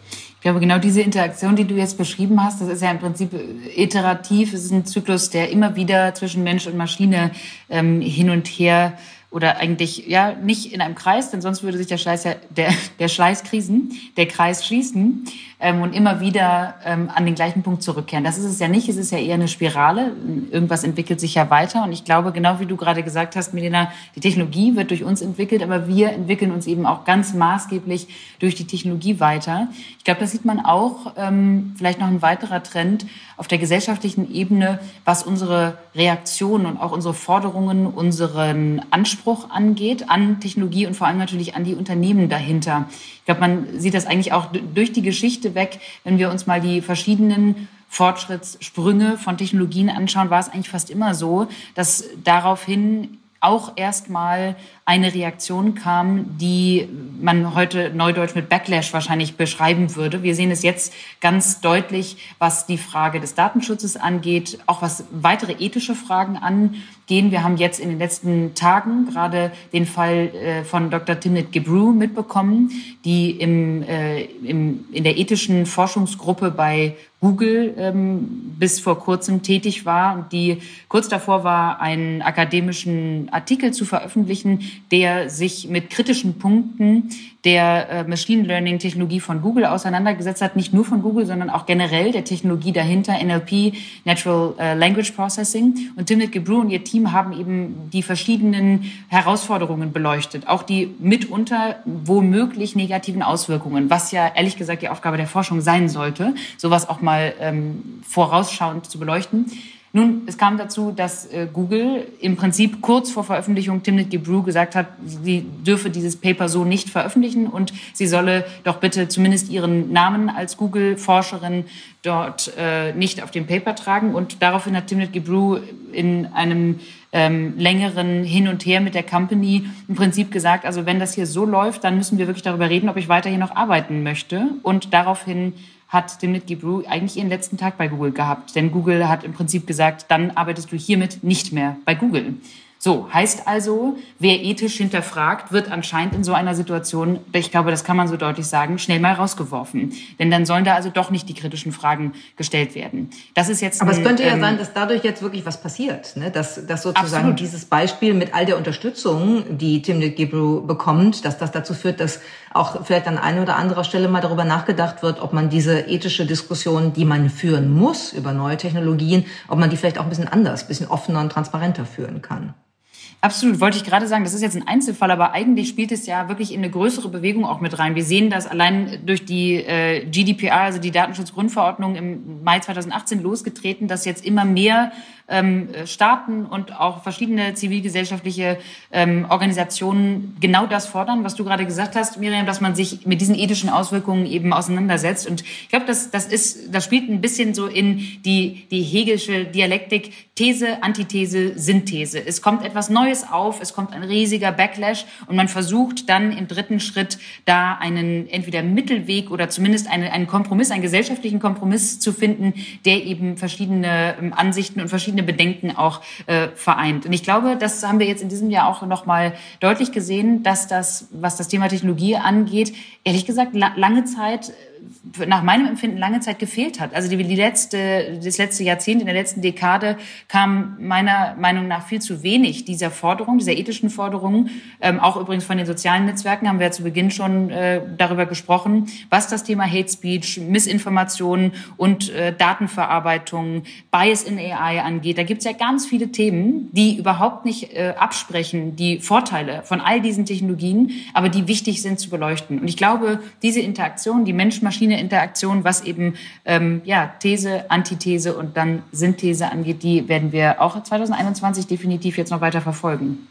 glaube, genau diese Interaktion, die du jetzt beschrieben hast, das ist ja im Prinzip iterativ. Es ist ein Zyklus, der immer wieder zwischen Mensch und Maschine ähm, hin und her oder eigentlich ja nicht in einem Kreis, denn sonst würde sich der Schleiß ja, der, der Schleiß kriechen, der Kreis schließen ähm, und immer wieder ähm, an den gleichen Punkt zurückkehren. Das ist es ja nicht, es ist ja eher eine Spirale. Irgendwas entwickelt sich ja weiter und ich glaube, genau wie du gerade gesagt hast, Milena, die Technologie wird durch uns entwickelt, aber wir entwickeln uns eben auch ganz maßgeblich durch die Technologie weiter. Ich glaube, das sieht man auch, ähm, vielleicht noch ein weiterer Trend auf der gesellschaftlichen Ebene, was unsere Reaktionen und auch unsere Forderungen, unseren Anspruch angeht an Technologie und vor allem natürlich an die Unternehmen dahinter. Ich glaube, man sieht das eigentlich auch durch die Geschichte weg, wenn wir uns mal die verschiedenen Fortschrittssprünge von Technologien anschauen, war es eigentlich fast immer so, dass daraufhin auch erstmal eine Reaktion kam, die man heute neudeutsch mit Backlash wahrscheinlich beschreiben würde. Wir sehen es jetzt ganz deutlich, was die Frage des Datenschutzes angeht, auch was weitere ethische Fragen angehen. Wir haben jetzt in den letzten Tagen gerade den Fall äh, von Doktor Timnit Gebru mitbekommen, die im, äh, im, in der ethischen Forschungsgruppe bei Google ähm, bis vor kurzem tätig war und die kurz davor war, einen akademischen Artikel zu veröffentlichen, der sich mit kritischen Punkten der äh, Machine Learning Technologie von Google auseinandergesetzt hat, nicht nur von Google, sondern auch generell der Technologie dahinter, N L P, Natural äh, Language Processing. Und Timnit Gebru und ihr Team haben eben die verschiedenen Herausforderungen beleuchtet, auch die mitunter womöglich negativen Auswirkungen, was ja ehrlich gesagt die Aufgabe der Forschung sein sollte, sowas auch mal ähm, vorausschauend zu beleuchten. Nun, es kam dazu, dass äh, Google im Prinzip kurz vor Veröffentlichung Timnit Gebru gesagt hat, sie dürfe dieses Paper so nicht veröffentlichen und sie solle doch bitte zumindest ihren Namen als Google-Forscherin dort äh, nicht auf dem Paper tragen. Und daraufhin hat Timnit Gebru in einem ähm, längeren Hin und Her mit der Company im Prinzip gesagt, also wenn das hier so läuft, dann müssen wir wirklich darüber reden, ob ich weiterhin noch arbeiten möchte. Und daraufhin hat Timnit Gebru eigentlich ihren letzten Tag bei Google gehabt. Denn Google hat im Prinzip gesagt, dann arbeitest du hiermit nicht mehr bei Google. So, heißt also, wer ethisch hinterfragt, wird anscheinend in so einer Situation, ich glaube, das kann man so deutlich sagen, schnell mal rausgeworfen. Denn dann sollen da also doch nicht die kritischen Fragen gestellt werden. Das ist jetzt.
Aber
ein,
es könnte ja
ähm,
sein, dass dadurch jetzt wirklich was passiert, ne? Dass, dass sozusagen
absolut.
Dieses Beispiel mit all der Unterstützung, die Timnit Gebru bekommt, dass das dazu führt, dass auch vielleicht an einer oder anderer Stelle mal darüber nachgedacht wird, ob man diese ethische Diskussion, die man führen muss über neue Technologien, ob man die vielleicht auch ein bisschen anders, ein bisschen offener und transparenter führen kann.
Absolut, wollte ich gerade sagen, das ist jetzt ein Einzelfall, aber eigentlich spielt es ja wirklich in eine größere Bewegung auch mit rein. Wir sehen das allein durch die äh, G D P R, also die Datenschutzgrundverordnung im Mai zweitausendachtzehn losgetreten, dass jetzt immer mehr ähm, Staaten und auch verschiedene zivilgesellschaftliche ähm, Organisationen genau das fordern, was du gerade gesagt hast, Miriam, dass man sich mit diesen ethischen Auswirkungen eben auseinandersetzt. Und ich glaube, das, das ist, das spielt ein bisschen so in die, die Hegelsche Dialektik, These, Antithese, Synthese. Es kommt etwas Neues auf, es kommt ein riesiger Backlash und man versucht dann im dritten Schritt da einen entweder Mittelweg oder zumindest eine, einen Kompromiss, einen gesellschaftlichen Kompromiss zu finden, der eben verschiedene ähm, Ansichten und verschiedene Bedenken auch äh, vereint. Und ich glaube, das haben wir jetzt in diesem Jahr auch nochmal deutlich gesehen, dass das, was das Thema Technologie angeht, ehrlich gesagt la- lange Zeit nach meinem Empfinden lange Zeit gefehlt hat. Also die, die letzte, das letzte Jahrzehnt, in der letzten Dekade kam meiner Meinung nach viel zu wenig dieser Forderung, dieser ethischen Forderungen. Ähm, auch übrigens von den sozialen Netzwerken haben wir ja zu Beginn schon äh, darüber gesprochen, was das Thema Hate Speech, Missinformation und äh, Datenverarbeitung, Bias in A I angeht. Da gibt's ja ganz viele Themen, die überhaupt nicht äh, absprechen, die Vorteile von all diesen Technologien, aber die wichtig sind zu beleuchten. Und ich glaube, diese Interaktion, die Mensch-Maschine-Interaktion, was eben ähm, ja These, Antithese und dann Synthese angeht, die werden wir auch zwanzig einundzwanzig definitiv jetzt noch weiter verfolgen.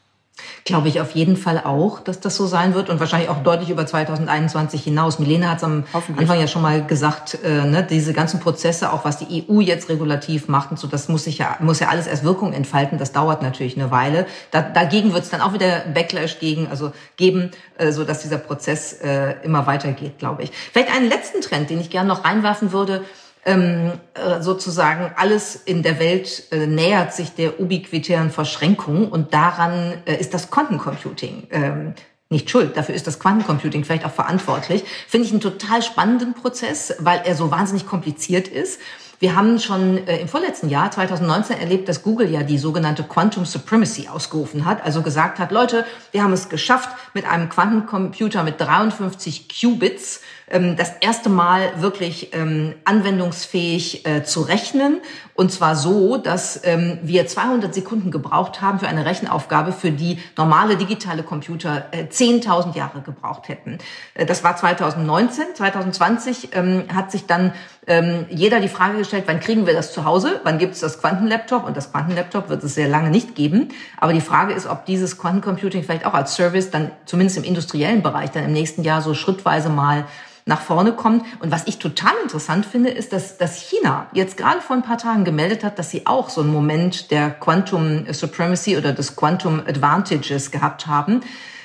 Glaube ich auf jeden Fall auch, dass das so sein wird und wahrscheinlich auch deutlich über zwanzig einundzwanzig hinaus. Milena hat es am Anfang ja schon mal gesagt, äh, ne, diese ganzen Prozesse, auch was die E U jetzt regulativ macht und so, das muss sich ja muss ja alles erst Wirkung entfalten. Das dauert natürlich eine Weile. Da, dagegen wird es dann auch wieder Backlash gegen, also geben, äh, so dass dieser Prozess äh, immer weitergeht, glaube ich. Vielleicht einen letzten Trend, den ich gerne noch reinwerfen würde. Ähm, äh, sozusagen alles in der Welt äh, nähert sich der ubiquitären Verschränkung und daran äh, ist das Quantencomputing. Ähm, nicht schuld. Dafür ist das Quantencomputing vielleicht auch verantwortlich. Finde ich einen total spannenden Prozess, weil er so wahnsinnig kompliziert ist. Wir haben schon äh, im vorletzten Jahr, zwanzig neunzehn, erlebt, dass Google ja die sogenannte Quantum Supremacy ausgerufen hat. Also gesagt hat, Leute, wir haben es geschafft, mit einem Quantencomputer mit dreiundfünfzig Qubits ähm, das erste Mal wirklich ähm, anwendungsfähig äh, zu rechnen. Und zwar so, dass ähm, wir zweihundert Sekunden gebraucht haben für eine Rechenaufgabe, für die normale digitale Computer äh, zehntausend Jahre gebraucht hätten. Äh, das war zwanzig neunzehn. zwanzig zwanzig ähm, hat sich dann ähm, jeder die Frage gestellt, wann kriegen wir das zu Hause? Wann gibt es das Quantenlaptop? Und das Quantenlaptop wird es sehr lange nicht geben. Aber die Frage ist, ob dieses Quantencomputing vielleicht auch als Service dann zumindest im industriellen Bereich dann im nächsten Jahr so schrittweise mal nach vorne kommt. Und was ich total interessant finde, ist, dass, dass China jetzt gerade vor ein paar Tagen gemeldet hat, dass sie auch so einen Moment der Quantum Supremacy oder des Quantum Advantages gehabt haben.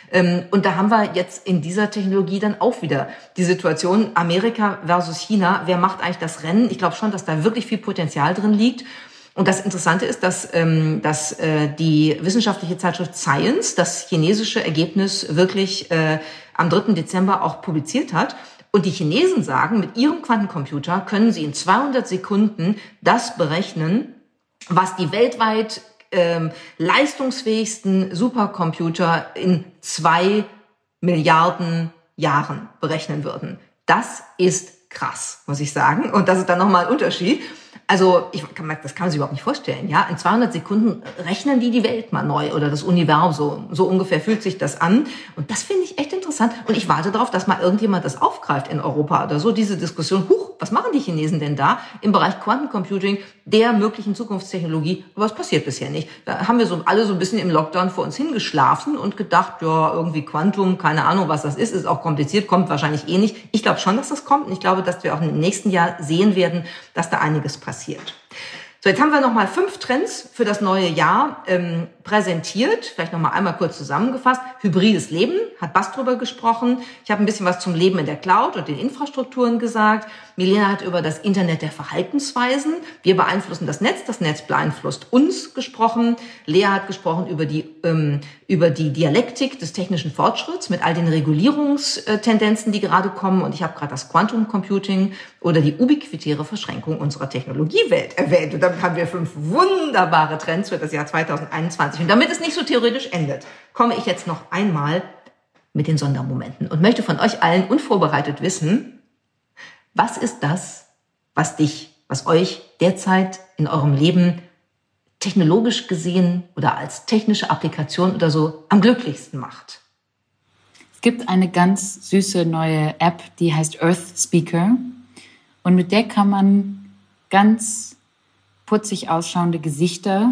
Und da haben wir jetzt in dieser Technologie dann auch wieder die Situation Amerika versus China. Wer macht eigentlich das Rennen? Ich glaube schon, dass da wirklich viel Potenzial drin liegt. Und das Interessante ist, dass, ähm, dass äh, die wissenschaftliche Zeitschrift Science das chinesische Ergebnis wirklich äh, am dritten Dezember auch publiziert hat. Und die Chinesen sagen, mit ihrem Quantencomputer können sie in zweihundert Sekunden das berechnen, was die weltweit ähm, leistungsfähigsten Supercomputer in zwei Milliarden Jahren berechnen würden. Das ist krass, muss ich sagen. Und das ist dann nochmal ein Unterschied. Also ich kann, das kann man sich überhaupt nicht vorstellen. Ja, in zweihundert Sekunden rechnen die die Welt mal neu oder das Universum. So, so ungefähr fühlt sich das an. Und das finde ich echt interessant. Und ich warte darauf, dass mal irgendjemand das aufgreift in Europa oder so. Diese Diskussion, huch, was machen die Chinesen denn da im Bereich Quantencomputing, der möglichen Zukunftstechnologie? Aber es passiert bisher nicht. Da haben wir so alle so ein bisschen im Lockdown vor uns hingeschlafen und gedacht, ja, irgendwie Quantum, keine Ahnung, was das ist, ist auch kompliziert, kommt wahrscheinlich eh nicht. Ich glaube schon, dass das kommt. Und ich glaube, dass wir auch im nächsten Jahr sehen werden, dass da einiges passiert. So, jetzt haben wir nochmal fünf Trends für das neue Jahr ähm, präsentiert. Vielleicht nochmal einmal kurz zusammengefasst. Hybrides Leben, hat Bas drüber gesprochen. Ich habe ein bisschen was zum Leben in der Cloud und den Infrastrukturen gesagt. Milena hat über das Internet der Verhaltensweisen. Wir beeinflussen das Netz, das Netz beeinflusst uns gesprochen. Lea hat gesprochen über die ähm, über die Dialektik des technischen Fortschritts mit all den Regulierungstendenzen, die gerade kommen. Und ich habe gerade das Quantum Computing oder die ubiquitäre Verschränkung unserer Technologiewelt erwähnt. Und damit haben wir fünf wunderbare Trends für das Jahr zwanzig einundzwanzig. Und damit es nicht so theoretisch endet, komme ich jetzt noch einmal mit den Sondermomenten und möchte von euch allen unvorbereitet wissen, was ist das, was dich, was euch derzeit in eurem Leben technologisch gesehen oder als technische Applikation oder so am glücklichsten macht?
Es gibt eine ganz süße neue App, die heißt Earth Speaker. Und mit der kann man ganz putzig ausschauende Gesichter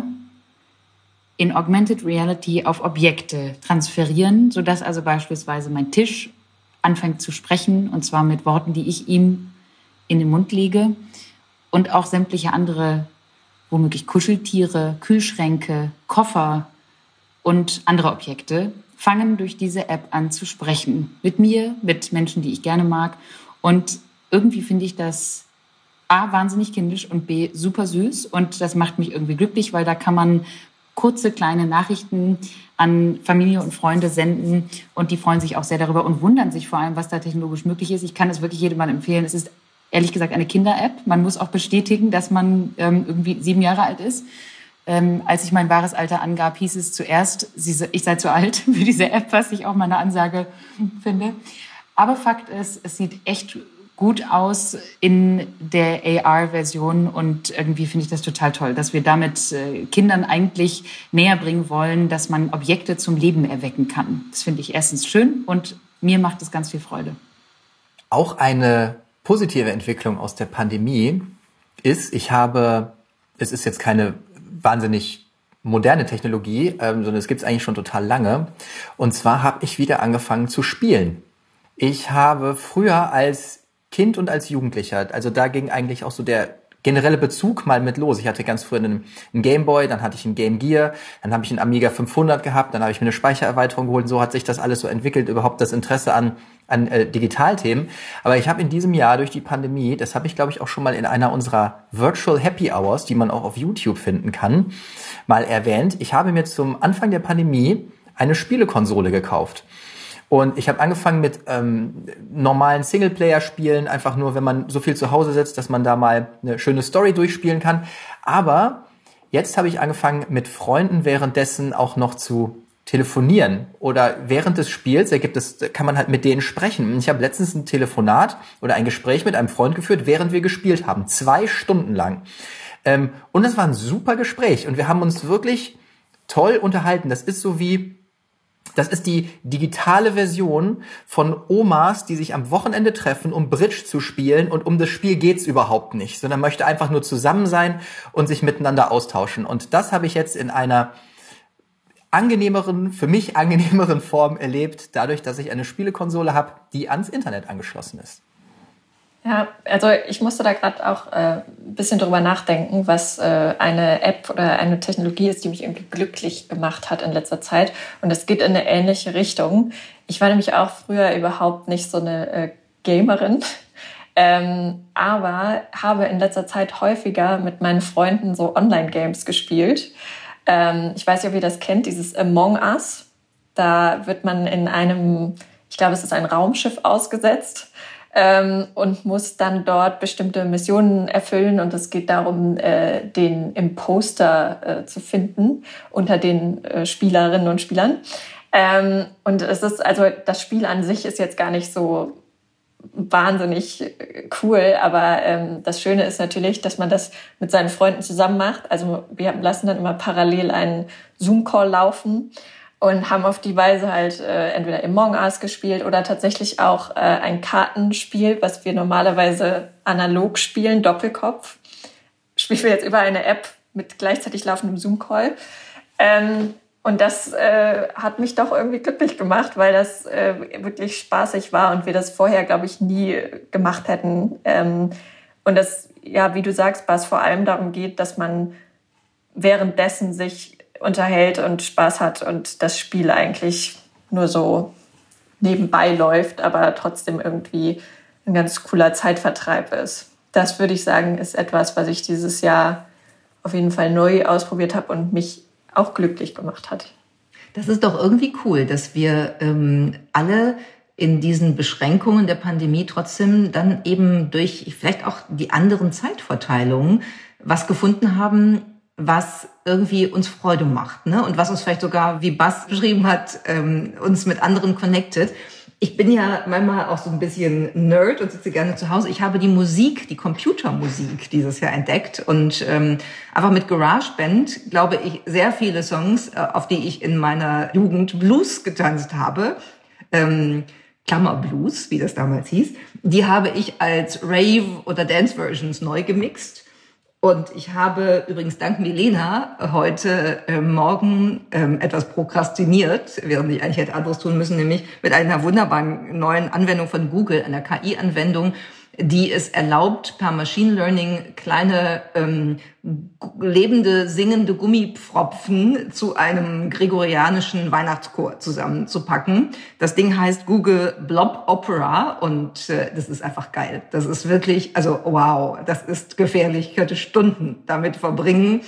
in Augmented Reality auf Objekte transferieren, sodass also beispielsweise mein Tisch anfängt zu sprechen, und zwar mit Worten, die ich ihm in den Mund lege, und auch sämtliche andere, womöglich Kuscheltiere, Kühlschränke, Koffer und andere Objekte fangen durch diese App an zu sprechen. Mit mir, mit Menschen, die ich gerne mag. Und irgendwie finde ich das A, wahnsinnig kindisch und B, super süß. Und das macht mich irgendwie glücklich, weil da kann man kurze, kleine Nachrichten an Familie und Freunde senden. Und die freuen sich auch sehr darüber und wundern sich vor allem, was da technologisch möglich ist. Ich kann es wirklich jedem mal empfehlen. Es ist ehrlich gesagt eine Kinder-App. Man muss auch bestätigen, dass man ähm, irgendwie sieben Jahre alt ist. Ähm, als ich mein wahres Alter angab, hieß es zuerst, sie, ich sei zu alt für diese App, was ich auch mal eine Ansage finde. Aber Fakt ist, es sieht echt gut aus in der A R-Version und irgendwie finde ich das total toll, dass wir damit äh, Kindern eigentlich näher bringen wollen, dass man Objekte zum Leben erwecken kann. Das finde ich erstens schön und mir macht es ganz viel Freude.
Auch eine positive Entwicklung aus der Pandemie ist, ich habe, es ist jetzt keine wahnsinnig moderne Technologie, ähm, sondern es gibt es eigentlich schon total lange. Und zwar habe ich wieder angefangen zu spielen. Ich habe früher als Kind und als Jugendlicher, also da ging eigentlich auch so der generelle Bezug mal mit los. Ich hatte ganz früh einen, einen Gameboy, dann hatte ich einen Game Gear, dann habe ich einen Amiga fünfhundert gehabt, dann habe ich mir eine Speichererweiterung geholt. Und so hat sich das alles so entwickelt, überhaupt das Interesse an an äh, Digitalthemen. Aber ich habe in diesem Jahr durch die Pandemie, das habe ich glaube ich auch schon mal in einer unserer Virtual Happy Hours, die man auch auf YouTube finden kann, mal erwähnt. Ich habe mir zum Anfang der Pandemie eine Spielekonsole gekauft. Und ich habe angefangen mit ähm, normalen Singleplayer-Spielen, einfach nur, wenn man so viel zu Hause sitzt, dass man da mal eine schöne Story durchspielen kann. Aber jetzt habe ich angefangen, mit Freunden währenddessen auch noch zu telefonieren. Oder während des Spiels, da gibt es, kann man halt mit denen sprechen. Ich habe letztens ein Telefonat oder ein Gespräch mit einem Freund geführt, während wir gespielt haben. Zwei Stunden lang. Ähm, und das war ein super Gespräch. Und wir haben uns wirklich toll unterhalten. Das ist so wie... Das ist die digitale Version von Omas, die sich am Wochenende treffen, um Bridge zu spielen, und um das Spiel geht's überhaupt nicht, sondern möchte einfach nur zusammen sein und sich miteinander austauschen. Und das habe ich jetzt in einer angenehmeren, für mich angenehmeren Form erlebt, dadurch, dass ich eine Spielekonsole habe, die ans Internet angeschlossen ist.
Ja, also ich musste da gerade auch äh, ein bisschen drüber nachdenken, was äh, eine App oder eine Technologie ist, die mich irgendwie glücklich gemacht hat in letzter Zeit. Und es geht in eine ähnliche Richtung. Ich war nämlich auch früher überhaupt nicht so eine äh, Gamerin, ähm, aber habe in letzter Zeit häufiger mit meinen Freunden so Online-Games gespielt. Ähm, ich weiß nicht, ob ihr das kennt, dieses Among Us. Da wird man in einem, ich glaube, es ist ein Raumschiff ausgesetzt, Ähm, und muss dann dort bestimmte Missionen erfüllen. Und es geht darum, äh, den Imposter äh, zu finden unter den äh, Spielerinnen und Spielern. Ähm, und es ist, also das Spiel an sich ist jetzt gar nicht so wahnsinnig cool, aber ähm, das Schöne ist natürlich, dass man das mit seinen Freunden zusammen macht. Also wir lassen dann immer parallel einen Zoom-Call laufen und haben auf die Weise halt äh, entweder Among Us gespielt oder tatsächlich auch äh, ein Kartenspiel, was wir normalerweise analog spielen, Doppelkopf. Spielen wir jetzt über eine App mit gleichzeitig laufendem Zoom-Call. Ähm, und das äh, hat mich doch irgendwie glücklich gemacht, weil das äh, wirklich spaßig war und wir das vorher, glaube ich, nie gemacht hätten. Ähm, und das, ja, wie du sagst, Bas, vor allem darum geht, dass man währenddessen sich unterhält und Spaß hat und das Spiel eigentlich nur so nebenbei läuft, aber trotzdem irgendwie ein ganz cooler Zeitvertreib ist. Das würde ich sagen, ist etwas, was ich dieses Jahr auf jeden Fall neu ausprobiert habe und mich auch glücklich gemacht hat.
Das ist doch irgendwie cool, dass wir ähm, alle in diesen Beschränkungen der Pandemie trotzdem dann eben durch vielleicht auch die anderen Zeitverteilungen was gefunden haben, was irgendwie uns Freude macht, ne? Und was uns vielleicht sogar, wie Bas beschrieben hat, ähm, uns mit anderen connected. Ich bin ja manchmal auch so ein bisschen Nerd und sitze gerne zu Hause. Ich habe die Musik, die Computermusik dieses Jahr entdeckt und ähm, einfach mit GarageBand, glaube ich, sehr viele Songs, äh, auf die ich in meiner Jugend Blues getanzt habe, ähm, Klammerblues, wie das damals hieß, die habe ich als Rave- oder Dance-Versions neu gemixt. Und ich habe übrigens dank Milena heute äh, Morgen ähm, etwas prokrastiniert, während ich eigentlich hätte anderes tun müssen, nämlich mit einer wunderbaren neuen Anwendung von Google, einer K I-Anwendung, die es erlaubt, per Machine Learning kleine ähm, lebende, singende Gummipfropfen zu einem gregorianischen Weihnachtschor zusammenzupacken. Das Ding heißt Google Blob Opera und äh, das ist einfach geil. Das ist wirklich, also wow, das ist gefährlich. Ich könnte Stunden damit verbringen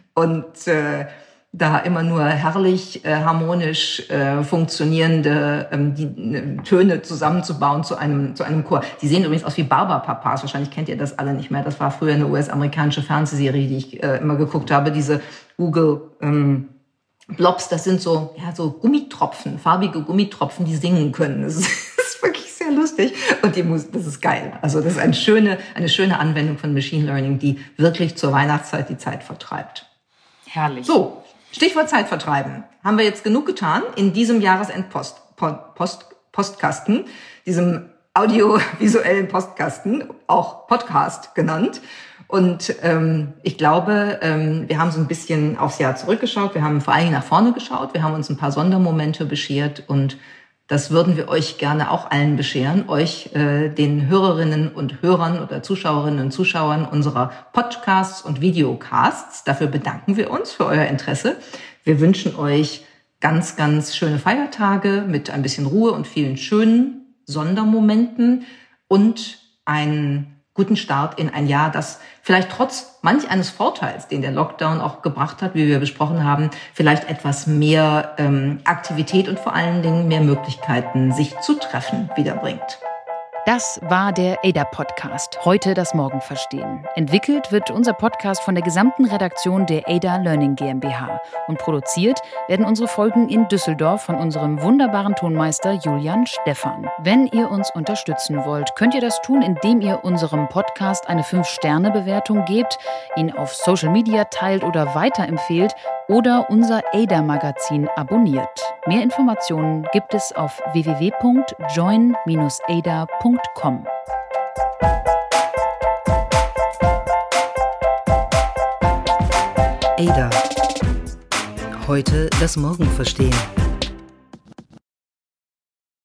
und äh, da immer nur herrlich äh, harmonisch äh, funktionierende ähm, die äh, Töne zusammenzubauen zu einem zu einem Chor. Die sehen übrigens aus wie Barberpapas. Wahrscheinlich kennt ihr das alle nicht mehr. Das war früher eine U S-amerikanische Fernsehserie, die ich äh, immer geguckt habe. Diese Google ähm, Blobs, das sind so ja so Gummitropfen, farbige Gummitropfen, die singen können. Das ist, das ist wirklich sehr lustig und die Musik, das ist geil. Also das ist eine schöne eine schöne Anwendung von Machine Learning, die wirklich zur Weihnachtszeit die Zeit vertreibt.
Herrlich.
So. Stichwort Zeitvertreiben. Haben wir jetzt genug getan in diesem Jahresendpost, Post, Postkasten, diesem audiovisuellen Postkasten, auch Podcast genannt. Und ähm, ich glaube, ähm, wir haben so ein bisschen aufs Jahr zurückgeschaut. Wir haben vor allem nach vorne geschaut. Wir haben uns ein paar Sondermomente beschert und das würden wir euch gerne auch allen bescheren, euch, äh, den Hörerinnen und Hörern oder Zuschauerinnen und Zuschauern unserer Podcasts und Videocasts. Dafür bedanken wir uns für euer Interesse. Wir wünschen euch ganz, ganz schöne Feiertage mit ein bisschen Ruhe und vielen schönen Sondermomenten und ein guten Start in ein Jahr, das vielleicht trotz manch eines Vorteils, den der Lockdown auch gebracht hat, wie wir besprochen haben, vielleicht etwas mehr ähm, Aktivität und vor allen Dingen mehr Möglichkeiten, sich zu treffen, wiederbringt.
Das war der A D A-Podcast, heute das Morgen verstehen. Entwickelt wird unser Podcast von der gesamten Redaktion der A D A Learning GmbH. Und produziert werden unsere Folgen in Düsseldorf von unserem wunderbaren Tonmeister Julian Stephan. Wenn ihr uns unterstützen wollt, könnt ihr das tun, indem ihr unserem Podcast eine fünf Sterne Bewertung gebt, ihn auf Social Media teilt oder weiterempfehlt oder unser A D A-Magazin abonniert. Mehr Informationen gibt es auf w w w punkt join dash a d a punkt com.
A D A. Heute das Morgen verstehen.